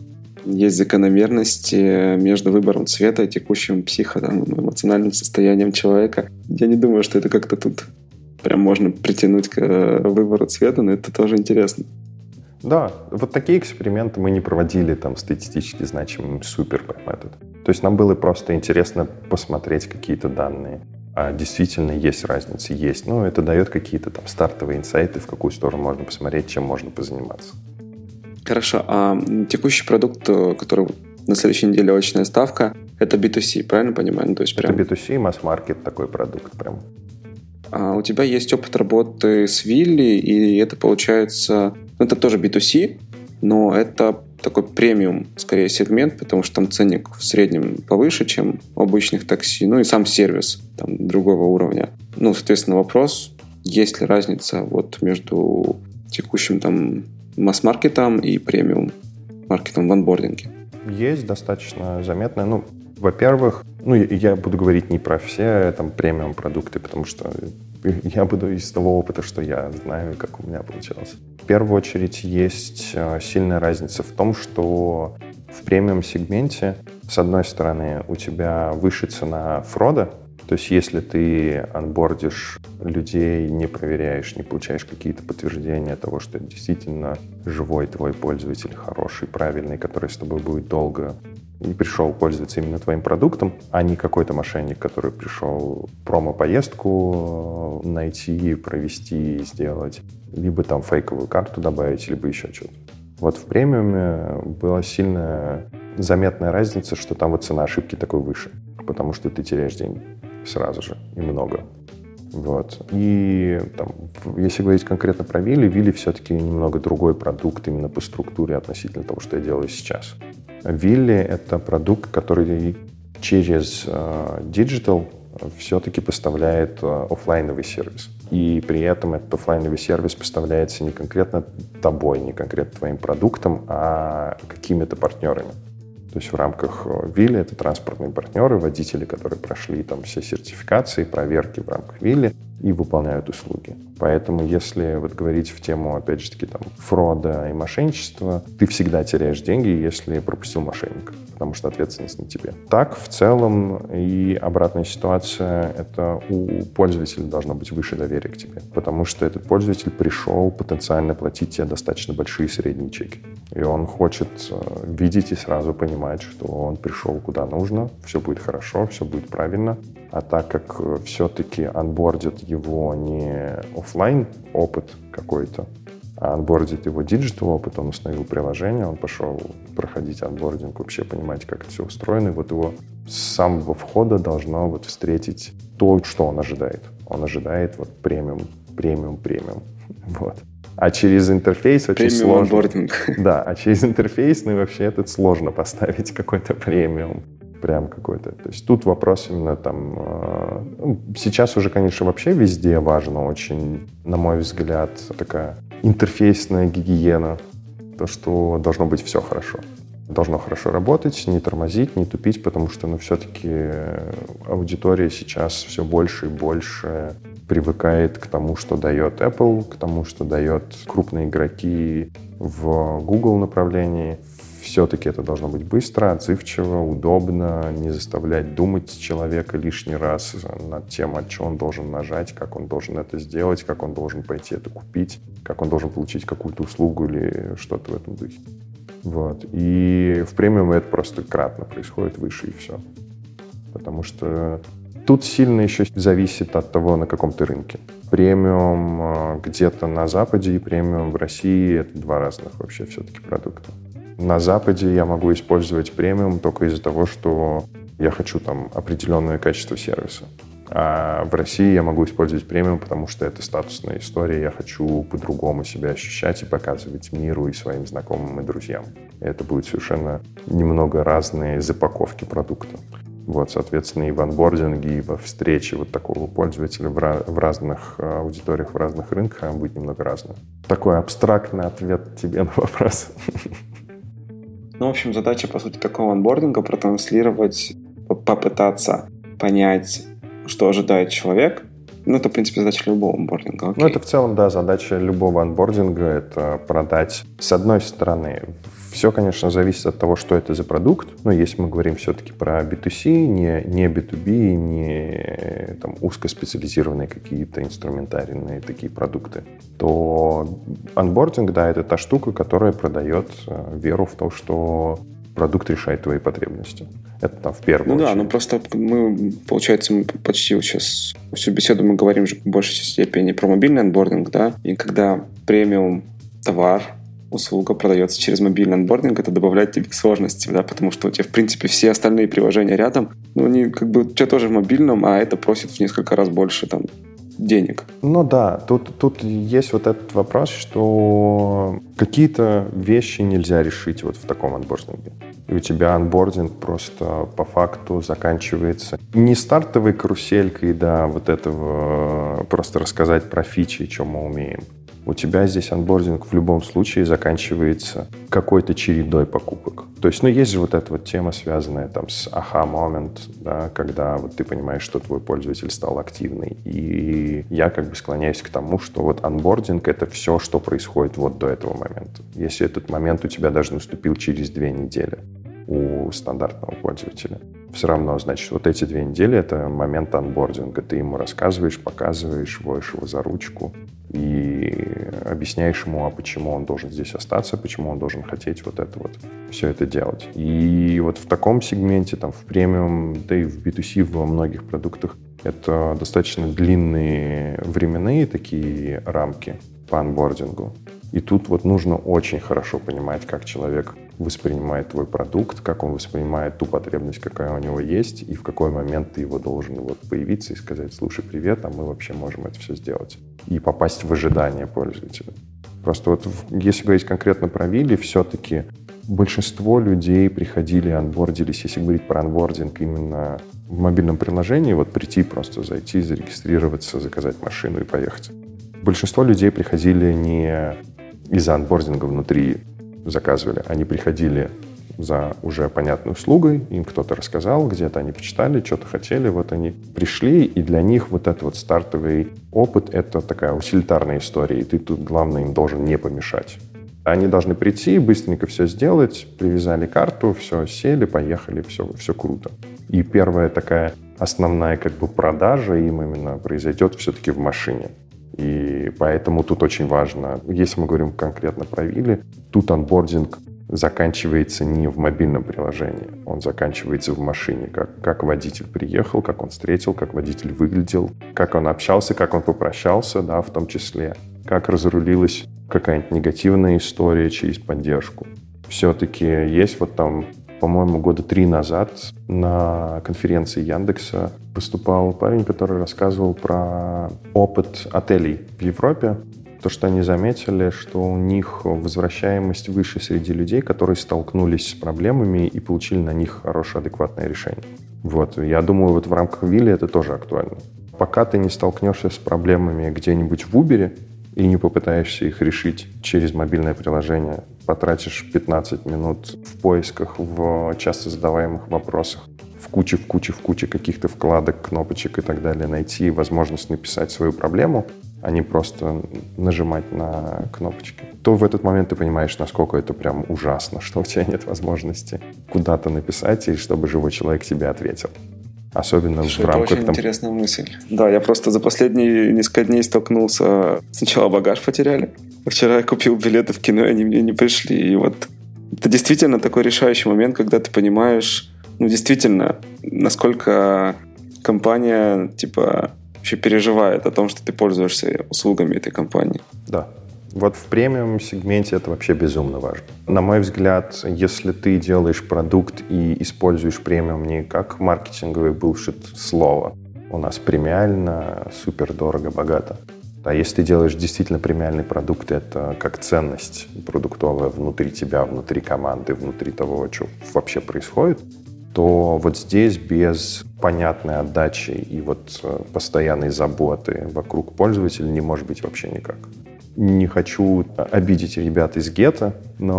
есть закономерности между выбором цвета и текущим эмоциональным состоянием человека. Я не думаю, что это как-то тут прям можно притянуть к выбору цвета, но это тоже интересно. Да, вот такие эксперименты мы не проводили там статистически значимым супер прям этот. То есть нам было просто интересно посмотреть какие-то данные. А действительно есть разница, есть. Но это дает какие-то там стартовые инсайты, в какую сторону можно посмотреть, чем можно позаниматься. Хорошо. А текущий продукт, который на следующей неделе очная ставка, это B2C, правильно понимаю? То есть это B2C, масс-маркет такой продукт прям. А у тебя есть опыт работы с Вилли, и это получается... это тоже B2C, но это такой премиум, скорее, сегмент, потому что там ценник в среднем повыше, чем у обычных такси, и сам сервис там другого уровня. Соответственно, вопрос, есть ли разница между текущим там масс-маркетом и премиум-маркетом в онбординге? Есть достаточно заметная. Во-первых, я буду говорить не про все там премиум-продукты, потому что я буду из того опыта, что я знаю, как у меня получалось. В первую очередь есть сильная разница в том, что в премиум-сегменте, с одной стороны, у тебя выше цена фрода, то есть если ты онбордишь людей, не проверяешь, не получаешь какие-то подтверждения того, что это действительно живой твой пользователь, хороший, правильный, который с тобой будет долго и пришел пользоваться именно твоим продуктом, а не какой-то мошенник, который пришел промо-поездку найти, провести, сделать, либо там фейковую карту добавить, либо еще что-то. Вот в премиуме была сильная заметная разница, что там цена ошибки такой выше, потому что ты теряешь деньги сразу же и много. И если говорить конкретно про Вилли все-таки немного другой продукт именно по структуре относительно того, что я делаю сейчас. Вилли — это продукт, который через диджитал все-таки поставляет офлайновый сервис. И при этом этот офлайновый сервис поставляется не конкретно тобой, не конкретно твоим продуктом, а какими-то партнерами. То есть в рамках Вилли это транспортные партнеры, водители, которые прошли там все сертификации, проверки в рамках Вилли и выполняют услуги. Поэтому если говорить в тему, опять же таки, фрода и мошенничества, ты всегда теряешь деньги, если пропустил мошенника, потому что ответственность на тебе. Так, в целом, и обратная ситуация, это у пользователя должно быть выше доверия к тебе, потому что этот пользователь пришел потенциально платить тебе достаточно большие средние чеки. И он хочет видеть и сразу понимать, что он пришел куда нужно, все будет хорошо, все будет правильно. А так как все-таки онбордит его не офлайн опыт какой-то, а онбордит его диджитал опыт, он установил приложение, он пошел проходить онбординг, вообще понимать, как это все устроено, и его с самого входа должно встретить то, что он ожидает. Он ожидает премиум. А через интерфейс очень сложно. Онбординг. Да, а через интерфейс, вообще этот сложно поставить какой-то премиум. Прям какой-то. То есть тут вопрос именно сейчас уже, конечно, вообще везде важно очень, на мой взгляд, такая интерфейсная гигиена. То, что должно быть все хорошо. Должно хорошо работать, не тормозить, не тупить, потому что, все-таки аудитория сейчас все больше и больше привыкает к тому, что дает Apple, к тому, что дает крупные игроки в Google направлении. Все-таки это должно быть быстро, отзывчиво, удобно, не заставлять думать человека лишний раз над тем, что он должен нажать, как он должен это сделать, как он должен пойти это купить, как он должен получить какую-то услугу или что-то в этом духе. И в премиуме это просто кратно происходит выше, и все. Потому что тут сильно еще зависит от того, на каком ты рынке. Премиум где-то на Западе и премиум в России — это два разных вообще все-таки продукта. На Западе я могу использовать премиум только из-за того, что я хочу определенное качество сервиса. А в России я могу использовать премиум, потому что это статусная история. Я хочу по-другому себя ощущать и показывать миру и своим знакомым и друзьям. И это будет совершенно немного разные запаковки продукта. Соответственно, и в онбординге, и во встрече такого пользователя в разных аудиториях, в разных рынках будет немного разное. Такой абстрактный ответ тебе на вопрос. В общем, задача, по сути, такого онбординга — протранслировать, попытаться понять, что ожидает человек, это, в принципе, задача любого онбординга. Окей. Это в целом, да, задача любого онбординга — это продать. С одной стороны, все, конечно, зависит от того, что это за продукт. Но если мы говорим все-таки про B2C, не B2B, не там, узкоспециализированные какие-то инструментарийные такие продукты, то онбординг, да, это та штука, которая продает веру в то, что продукт решает твои потребности. Это там в первую очередь. Просто мы почти вот сейчас всю беседу мы говорим же в большей степени про мобильный онбординг, да, и когда премиум товар, услуга продается через мобильный онбординг, это добавляет тебе сложности, да, потому что у тебя, в принципе, все остальные приложения рядом, они у тебя тоже в мобильном, а это просит в несколько раз больше там денег. Да, тут есть вот этот вопрос, что какие-то вещи нельзя решить вот в таком онбординге. И у тебя онбординг просто по факту заканчивается не стартовой каруселькой, да, вот этого просто рассказать про фичи, что мы умеем. У тебя здесь онбординг в любом случае заканчивается какой-то чередой покупок. То есть, есть же вот эта вот тема, связанная там с аха-момент, да, когда вот ты понимаешь, что твой пользователь стал активный. И я склоняюсь к тому, что вот онбординг — это все, что происходит вот до этого момента. Если этот момент у тебя даже наступил через 2 недели у стандартного пользователя, все равно, значит, вот эти 2 недели — это момент онбординга. Ты ему рассказываешь, показываешь, водишь его за ручку и объясняешь ему, а почему он должен здесь остаться, почему он должен хотеть все это делать. И вот в таком сегменте, там, в премиум, да и в B2C во многих продуктах это достаточно длинные временные такие рамки по онбордингу. И тут вот нужно очень хорошо понимать, как человек воспринимает твой продукт, как он воспринимает ту потребность, какая у него есть, и в какой момент ты его должен появиться и сказать: слушай, привет, а мы вообще можем это все сделать. И попасть в ожидание пользователя. Просто если говорить конкретно про Вилли, все-таки большинство людей приходили, онбордились, если говорить про онбординг именно в мобильном приложении, прийти, просто зайти, зарегистрироваться, заказать машину и поехать. Большинство людей приходили не из-за онбординга внутри заказывали. Они приходили за уже понятной услугой, им кто-то рассказал, где-то они почитали, что-то хотели, они пришли, и для них этот стартовый опыт — это такая утилитарная история, и ты тут, главное, им должен не помешать. Они должны прийти, быстренько все сделать, привязали карту, все, сели, поехали, все круто. И первая такая основная продажа им именно произойдет все-таки в машине. И поэтому тут очень важно, если мы говорим конкретно про Вилли, тут онбординг заканчивается не в мобильном приложении, он заканчивается в машине. Как водитель приехал, как он встретил, как водитель выглядел, как он общался, как он попрощался, да, в том числе, как разрулилась какая-нибудь негативная история через поддержку. Все-таки есть по-моему, 3 года назад на конференции Яндекса выступал парень, который рассказывал про опыт отелей в Европе. То, что они заметили, что у них возвращаемость выше среди людей, которые столкнулись с проблемами и получили на них хорошее, адекватное решение. Я думаю, в рамках Вилли это тоже актуально. Пока ты не столкнешься с проблемами где-нибудь в Uber и не попытаешься их решить через мобильное приложение, потратишь 15 минут в поисках, в часто задаваемых вопросах, в куче каких-то вкладок, кнопочек и так далее, найти возможность написать свою проблему, а не просто нажимать на кнопочки, то в этот момент ты понимаешь, насколько это прям ужасно, что у тебя нет возможности куда-то написать, и чтобы живой человек тебе ответил. Особенно в рамках... Это очень интересная мысль. Да, я просто за последние несколько дней столкнулся... Сначала багаж потеряли. Вчера я купил билеты в кино, и они мне не пришли. И это действительно такой решающий момент, когда ты понимаешь, действительно, насколько компания, вообще переживает о том, что ты пользуешься услугами этой компании. Да. В премиум-сегменте это вообще безумно важно. На мой взгляд, если ты делаешь продукт и используешь премиум не как маркетинговый булшит-слово, у нас премиально, супер дорого, богато. А если ты делаешь действительно премиальный продукт, это как ценность продуктовая внутри тебя, внутри команды, внутри того, что вообще происходит, то здесь без понятной отдачи и постоянной заботы вокруг пользователя не может быть вообще никак. не хочу обидеть ребят из Гетто,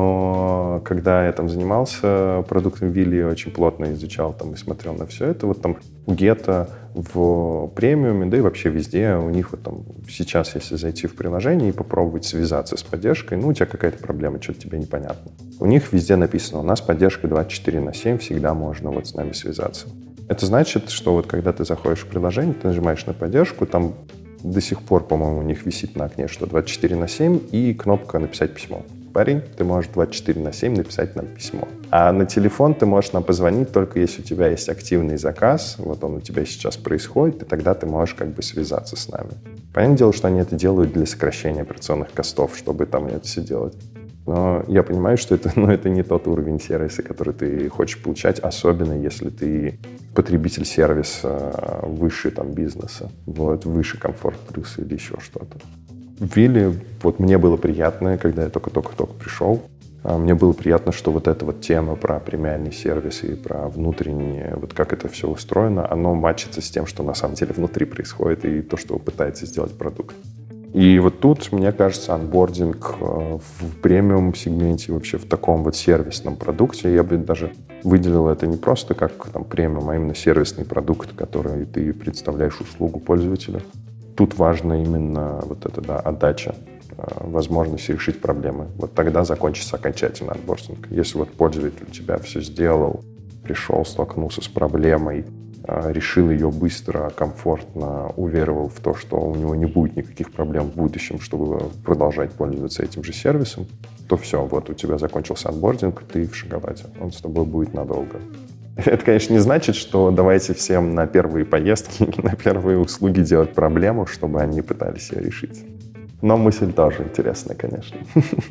но когда я там занимался продуктом Вилли, я очень плотно изучал там и смотрел на все это. Вот там у Гетто в премиуме, да и вообще везде у них вот там сейчас, если зайти в приложение и попробовать связаться с поддержкой, у тебя какая-то проблема, что-то тебе непонятно. У них везде написано, у нас поддержка 24/7, всегда можно вот с нами связаться. Это значит, что вот когда ты заходишь в приложение, ты нажимаешь на поддержку, там до сих пор, по-моему, у них висит на окне, что 24/7 и кнопка «Написать письмо». Парень, ты можешь 24/7 написать нам письмо. А на телефон ты можешь нам позвонить только если у тебя есть активный заказ, вот он у тебя сейчас происходит, и тогда ты можешь как бы связаться с нами. Понятное дело, что они это делают для сокращения операционных костов, чтобы там это все делать. Но я понимаю, что это не тот уровень сервиса, который ты хочешь получать, особенно если ты потребитель сервиса выше там, бизнеса, вот, выше комфорт плюс или еще что-то. В Вилли вот мне было приятно, когда я только-только пришел, мне было приятно, что вот эта вот тема про премиальный сервис и про внутреннее, вот как это все устроено, оно матчится с тем, что на самом деле внутри происходит, и то, что пытается сделать продукт. И вот тут, мне кажется, анбординг в премиум-сегменте, вообще в таком вот сервисном продукте, я бы даже выделил это не просто как там премиум, а именно сервисный продукт, который ты представляешь услугу пользователя. Тут важна именно вот эта, да, отдача, возможность решить проблемы. Вот тогда закончится окончательно анбординг. Если вот пользователь у тебя все сделал, пришел, столкнулся с проблемой, решил ее быстро, комфортно, уверовал в то, что у него не будет никаких проблем в будущем, чтобы продолжать пользоваться этим же сервисом, то все, вот у тебя закончился анбординг, ты в шоколаде. Он с тобой будет надолго. Это, конечно, не значит, что давайте всем на первые поездки или на первые услуги делать проблему, чтобы они пытались ее решить. Но мысль тоже интересная, конечно.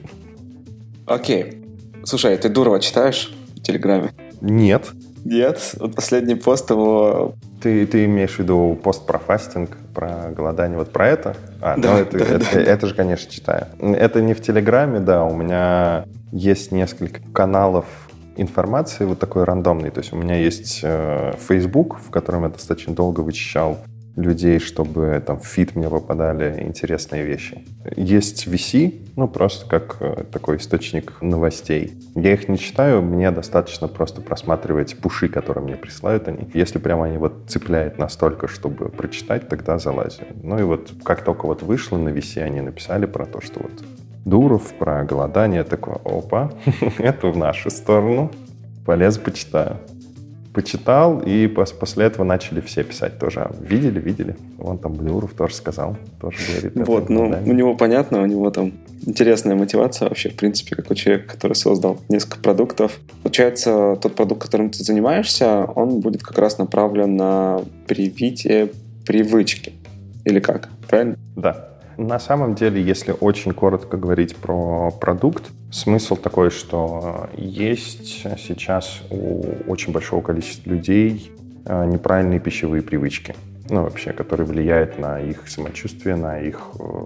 Окей. Слушай, ты Дурова читаешь в Телеграме? Нет. Нет? Вот последний пост его... Ты имеешь в виду пост про фастинг, про голодание, вот про это? Да, это же, конечно, читаю. Это не в Телеграме, да, у меня есть несколько каналов информации вот такой рандомной. То есть у меня есть Facebook, в котором я достаточно долго вычищал людей, чтобы там в фид мне попадали интересные вещи. Есть VC, просто как такой источник новостей. Я их не читаю, мне достаточно просто просматривать пуши, которые мне присылают они. Если прямо они вот цепляют настолько, чтобы прочитать, тогда залазю. Ну и вот как только вот вышло на VC, они написали про то, что вот Дуров, про голодание, такое, опа, это в нашу сторону, полез, почитаю. Почитал, и после этого начали все писать тоже. Видели. Вон там Дуров тоже сказал, тоже говорит. Вот, у него понятно, у него там интересная мотивация вообще, в принципе, как у человека, который создал несколько продуктов. Получается, тот продукт, которым ты занимаешься, он будет как раз направлен на привитие привычки. Или как? Правильно? Да. На самом деле, если очень коротко говорить про продукт, смысл такой, что есть сейчас у очень большого количества людей неправильные пищевые привычки, вообще, которые влияют на их самочувствие, на их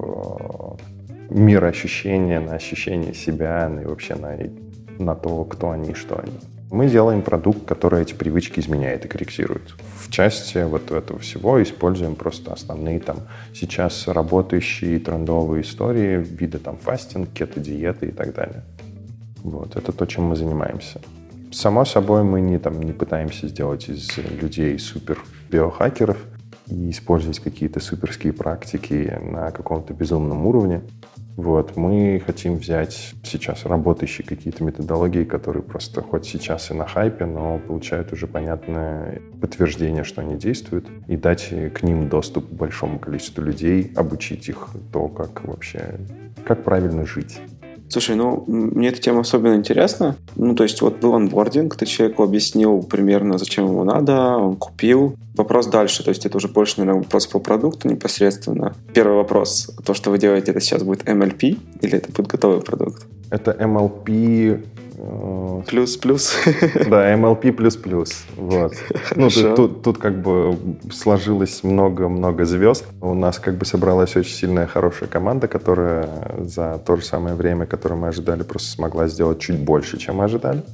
мироощущение, на ощущение себя, и вообще на то, кто они и что они. Мы делаем продукт, который эти привычки изменяет и корректирует. В части вот этого всего используем просто основные там сейчас работающие трендовые истории в виде там фастинг, кето-диеты и так далее. Вот, это то, чем мы занимаемся. Само собой, мы не пытаемся сделать из людей супер биохакеров и использовать какие-то суперские практики на каком-то безумном уровне. Вот, мы хотим взять сейчас работающие какие-то методологии, которые просто хоть сейчас и на хайпе, но получают уже понятное подтверждение, что они действуют, и дать к ним доступ к большому количеству людей, обучить их то, как правильно жить. Слушай, мне эта тема особенно интересна. То есть вот был онбординг, ты человеку объяснил примерно, зачем ему надо, он купил. Вопрос дальше, то есть это уже больше, наверное, вопрос по продукту непосредственно. Первый вопрос, то, что вы делаете, это сейчас будет MLP или это будет готовый продукт? Это MLP... Плюс-плюс. Да, MLP плюс-плюс. Вот. Тут как бы сложилось много-много звезд. У нас как бы собралась очень сильная, хорошая команда, которая за то же самое время, которое мы ожидали, просто смогла сделать чуть больше, чем мы ожидали.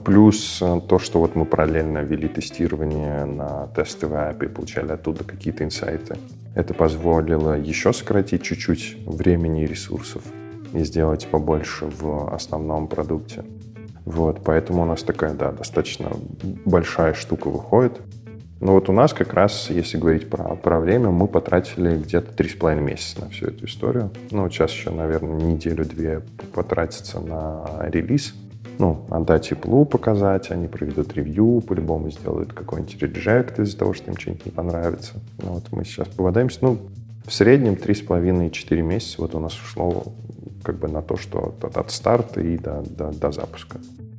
Плюс то, что вот мы параллельно вели тестирование на тестовой API и получали оттуда какие-то инсайты. Это позволило еще сократить чуть-чуть времени и ресурсов и сделать побольше в основном продукте. Вот, поэтому у нас такая, да, достаточно большая штука выходит. Но вот у нас как раз, если говорить про время, мы потратили где-то 3,5 месяца на всю эту историю. Ну, вот сейчас еще, наверное, неделю-две потратится на релиз. Ну, отдать Apple, показать, они проведут ревью, по-любому сделают какой-нибудь реджект из-за того, что им что-нибудь не понравится. Ну, вот мы сейчас пободаемся. Ну, в среднем 3,5-4 месяца вот у нас ушло как бы на то, что от старта и до запуска.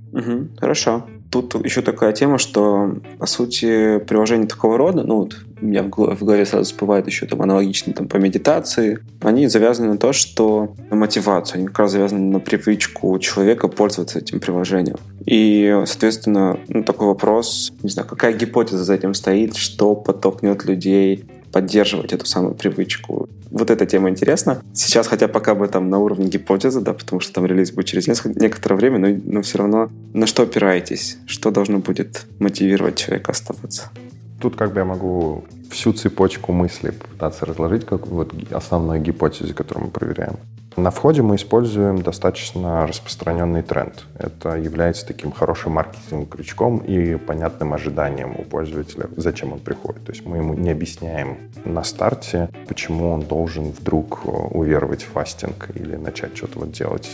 Хорошо. Тут еще такая тема, что, по сути, приложения такого рода, ну, вот у меня в голове сразу всплывает еще там аналогично там, по медитации, они завязаны на то, что на мотивацию, они как раз завязаны на привычку человека пользоваться этим приложением. И, соответственно, такой вопрос, не знаю, какая гипотеза за этим стоит, что подтолкнет людей поддерживать эту самую привычку. Вот эта тема интересна. Сейчас хотя пока бы там на уровне гипотезы, да, потому что там релиз будет через некоторое время, но все равно на что опираетесь? Что должно будет мотивировать человека оставаться? Тут как бы я могу всю цепочку мыслей попытаться разложить, как вот основную гипотезу, которую мы проверяем. На входе мы используем достаточно распространенный тренд. Это является таким хорошим маркетинговым крючком и понятным ожиданием у пользователя, зачем он приходит. То есть мы ему не объясняем на старте, почему он должен вдруг уверовать в фастинг или начать что-то вот делать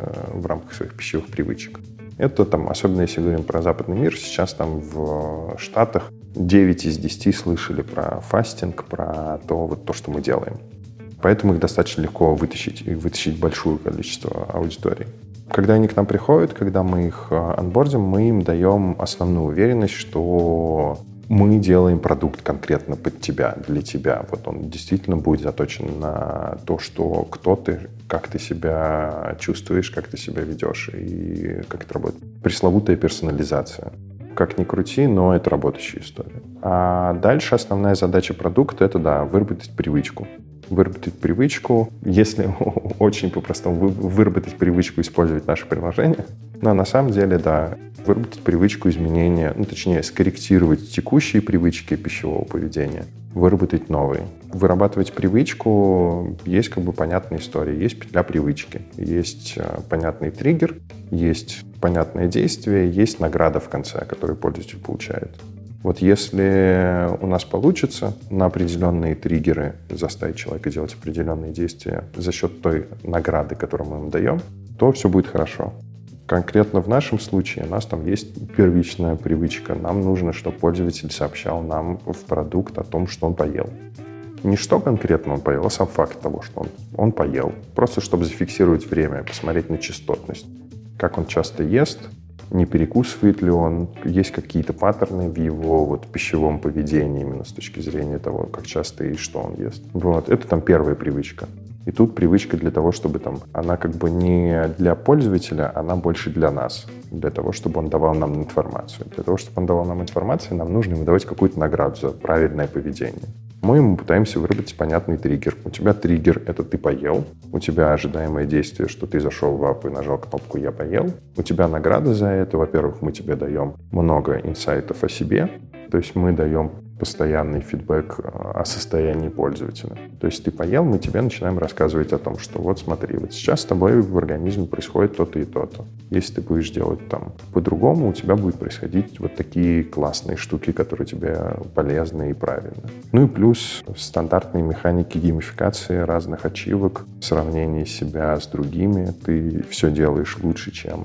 в рамках своих пищевых привычек. Это там, особенно если говорим про западный мир, сейчас там в Штатах 9 из 10 слышали про фастинг, про то, что мы делаем. Поэтому их достаточно легко вытащить, и вытащить большое количество аудитории. Когда они к нам приходят, когда мы их онбордим, мы им даем основную уверенность, что мы делаем продукт конкретно под тебя, для тебя. Вот он действительно будет заточен на то, что кто ты, как ты себя чувствуешь, как ты себя ведешь и как это работает. Пресловутая персонализация. Как ни крути, но это работающая история. А дальше основная задача продукта — это, да, выработать привычку. Выработать привычку, если очень по-простому, выработать привычку использовать наше приложение. Но на самом деле, да, выработать привычку изменения, точнее, скорректировать текущие привычки пищевого поведения, выработать новые. Вырабатывать привычку есть как бы понятная история. Есть петля привычки, есть понятный триггер, есть понятное действие, есть награда в конце, которую пользователь получает. Вот если у нас получится на определенные триггеры заставить человека делать определенные действия за счет той награды, которую мы ему даем, то все будет хорошо. Конкретно в нашем случае у нас там есть первичная привычка. Нам нужно, чтобы пользователь сообщал нам в продукт о том, что он поел. Не что конкретно он поел, а сам факт того, что он поел. Просто чтобы зафиксировать время, посмотреть на частотность. Как он часто ест, не перекусывает ли он, есть какие-то паттерны в его вот пищевом поведении именно с точки зрения того, как часто и что он ест. Вот. Это там первая привычка. И тут привычка для того, чтобы там она как бы не для пользователя, она больше для нас. Для того, чтобы он давал нам информацию. Для того, чтобы он давал нам информацию, нам нужно ему давать какую-то награду за правильное поведение. Мы ему пытаемся выработать понятный триггер. У тебя триггер — это ты поел. У тебя ожидаемое действие, что ты зашел в ап и нажал кнопку «Я поел». У тебя награда за это. Во-первых, мы тебе даем много инсайтов о себе. То есть мы даем постоянный фидбэк о состоянии пользователя. То есть ты поел, мы тебе начинаем рассказывать о том, что вот смотри, вот сейчас с тобой в организме происходит то-то и то-то. Если ты будешь делать там по-другому, у тебя будут происходить вот такие классные штуки, которые тебе полезны и правильны. Ну и плюс стандартные механики геймификации разных ачивок, сравнение себя с другими. Ты все делаешь лучше, чем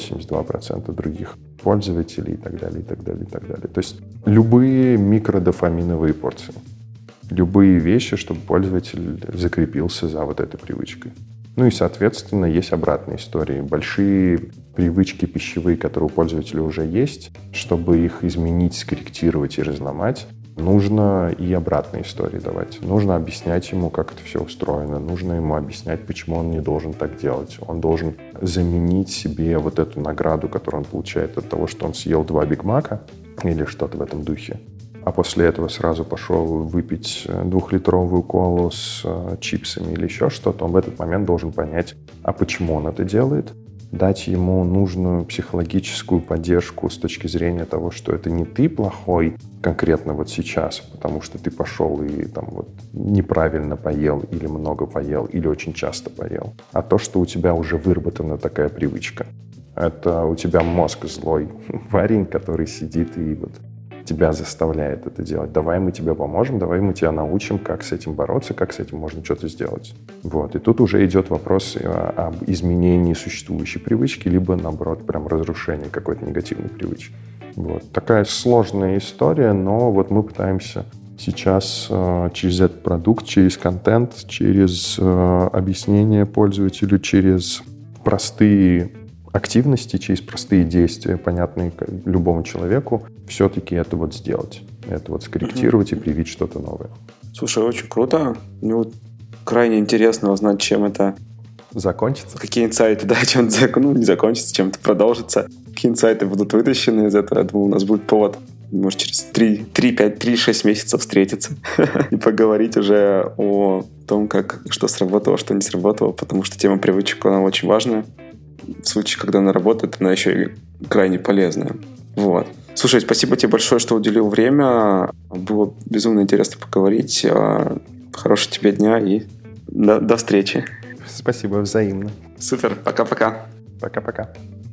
82% других пользователей и так далее, и так далее, и так далее. То есть любые микродофаминовые порции. Любые вещи, чтобы пользователь закрепился за вот этой привычкой. Ну и, соответственно, есть обратные истории. Большие привычки пищевые, которые у пользователя уже есть, чтобы их изменить, скорректировать и разломать, нужно и обратные истории давать. Нужно объяснять ему, как это все устроено. Нужно ему объяснять, почему он не должен так делать. Он должен заменить себе вот эту награду, которую он получает от того, что он съел 2 Биг Мака или что-то в этом духе. А после этого сразу пошел выпить 2-литровую колу с чипсами или еще что-то. Он в этот момент должен понять, а почему он это делает. дать ему нужную психологическую поддержку с точки зрения того, что это не ты плохой конкретно вот сейчас, потому что ты пошел и там вот неправильно поел или много поел или очень часто поел, а то, что у тебя уже выработана такая привычка. Это у тебя мозг злой парень, который сидит и вот тебя заставляет это делать. Давай мы тебе поможем, давай мы тебя научим, как с этим бороться, как с этим можно что-то сделать. Вот. И тут уже идет вопрос об изменении существующей привычки, либо, наоборот, прям разрушении какой-то негативной привычки. Вот. Такая сложная история, но вот мы пытаемся сейчас через этот продукт, через контент, через объяснение пользователю, через простые активности, через простые действия, понятные любому человеку, все-таки это вот сделать. Это вот скорректировать и привить что-то новое. Слушай, очень круто. Мне вот крайне интересно узнать, чем это закончится. Какие инсайты, да, чем это не закончится, чем это продолжится. Какие инсайты будут вытащены из этого. Я думаю, у нас будет повод, может, через 3-6 месяцев встретиться и поговорить уже о том, что сработало, что не сработало, потому что тема привычек, она очень важная. В случае, когда она работает, она еще и крайне полезная. Вот. Слушай, спасибо тебе большое, что уделил время. Было безумно интересно поговорить. Хорошего тебе дня и до встречи. Спасибо, взаимно. Супер, пока-пока. Пока-пока.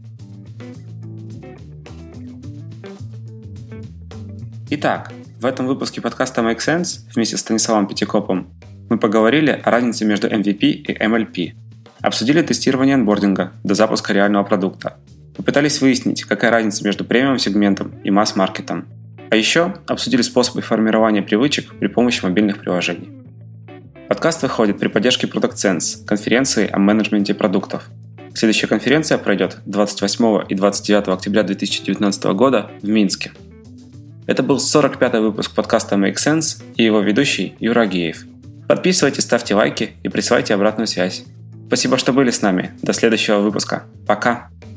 Итак, в этом выпуске подкаста Make Sense вместе с Станиславом Пятикопом мы поговорили о разнице между MVP и MLP. Обсудили тестирование онбординга до запуска реального продукта. Попытались выяснить, какая разница между премиум-сегментом и масс-маркетом. А еще обсудили способы формирования привычек при помощи мобильных приложений. Подкаст выходит при поддержке Product Sense, конференции о менеджменте продуктов. Следующая конференция пройдет 28 и 29 октября 2019 года в Минске. Это был 45-й выпуск подкаста Make Sense и его ведущий Юра Агеев. Подписывайтесь, ставьте лайки и присылайте обратную связь. Спасибо, что были с нами. До следующего выпуска. Пока!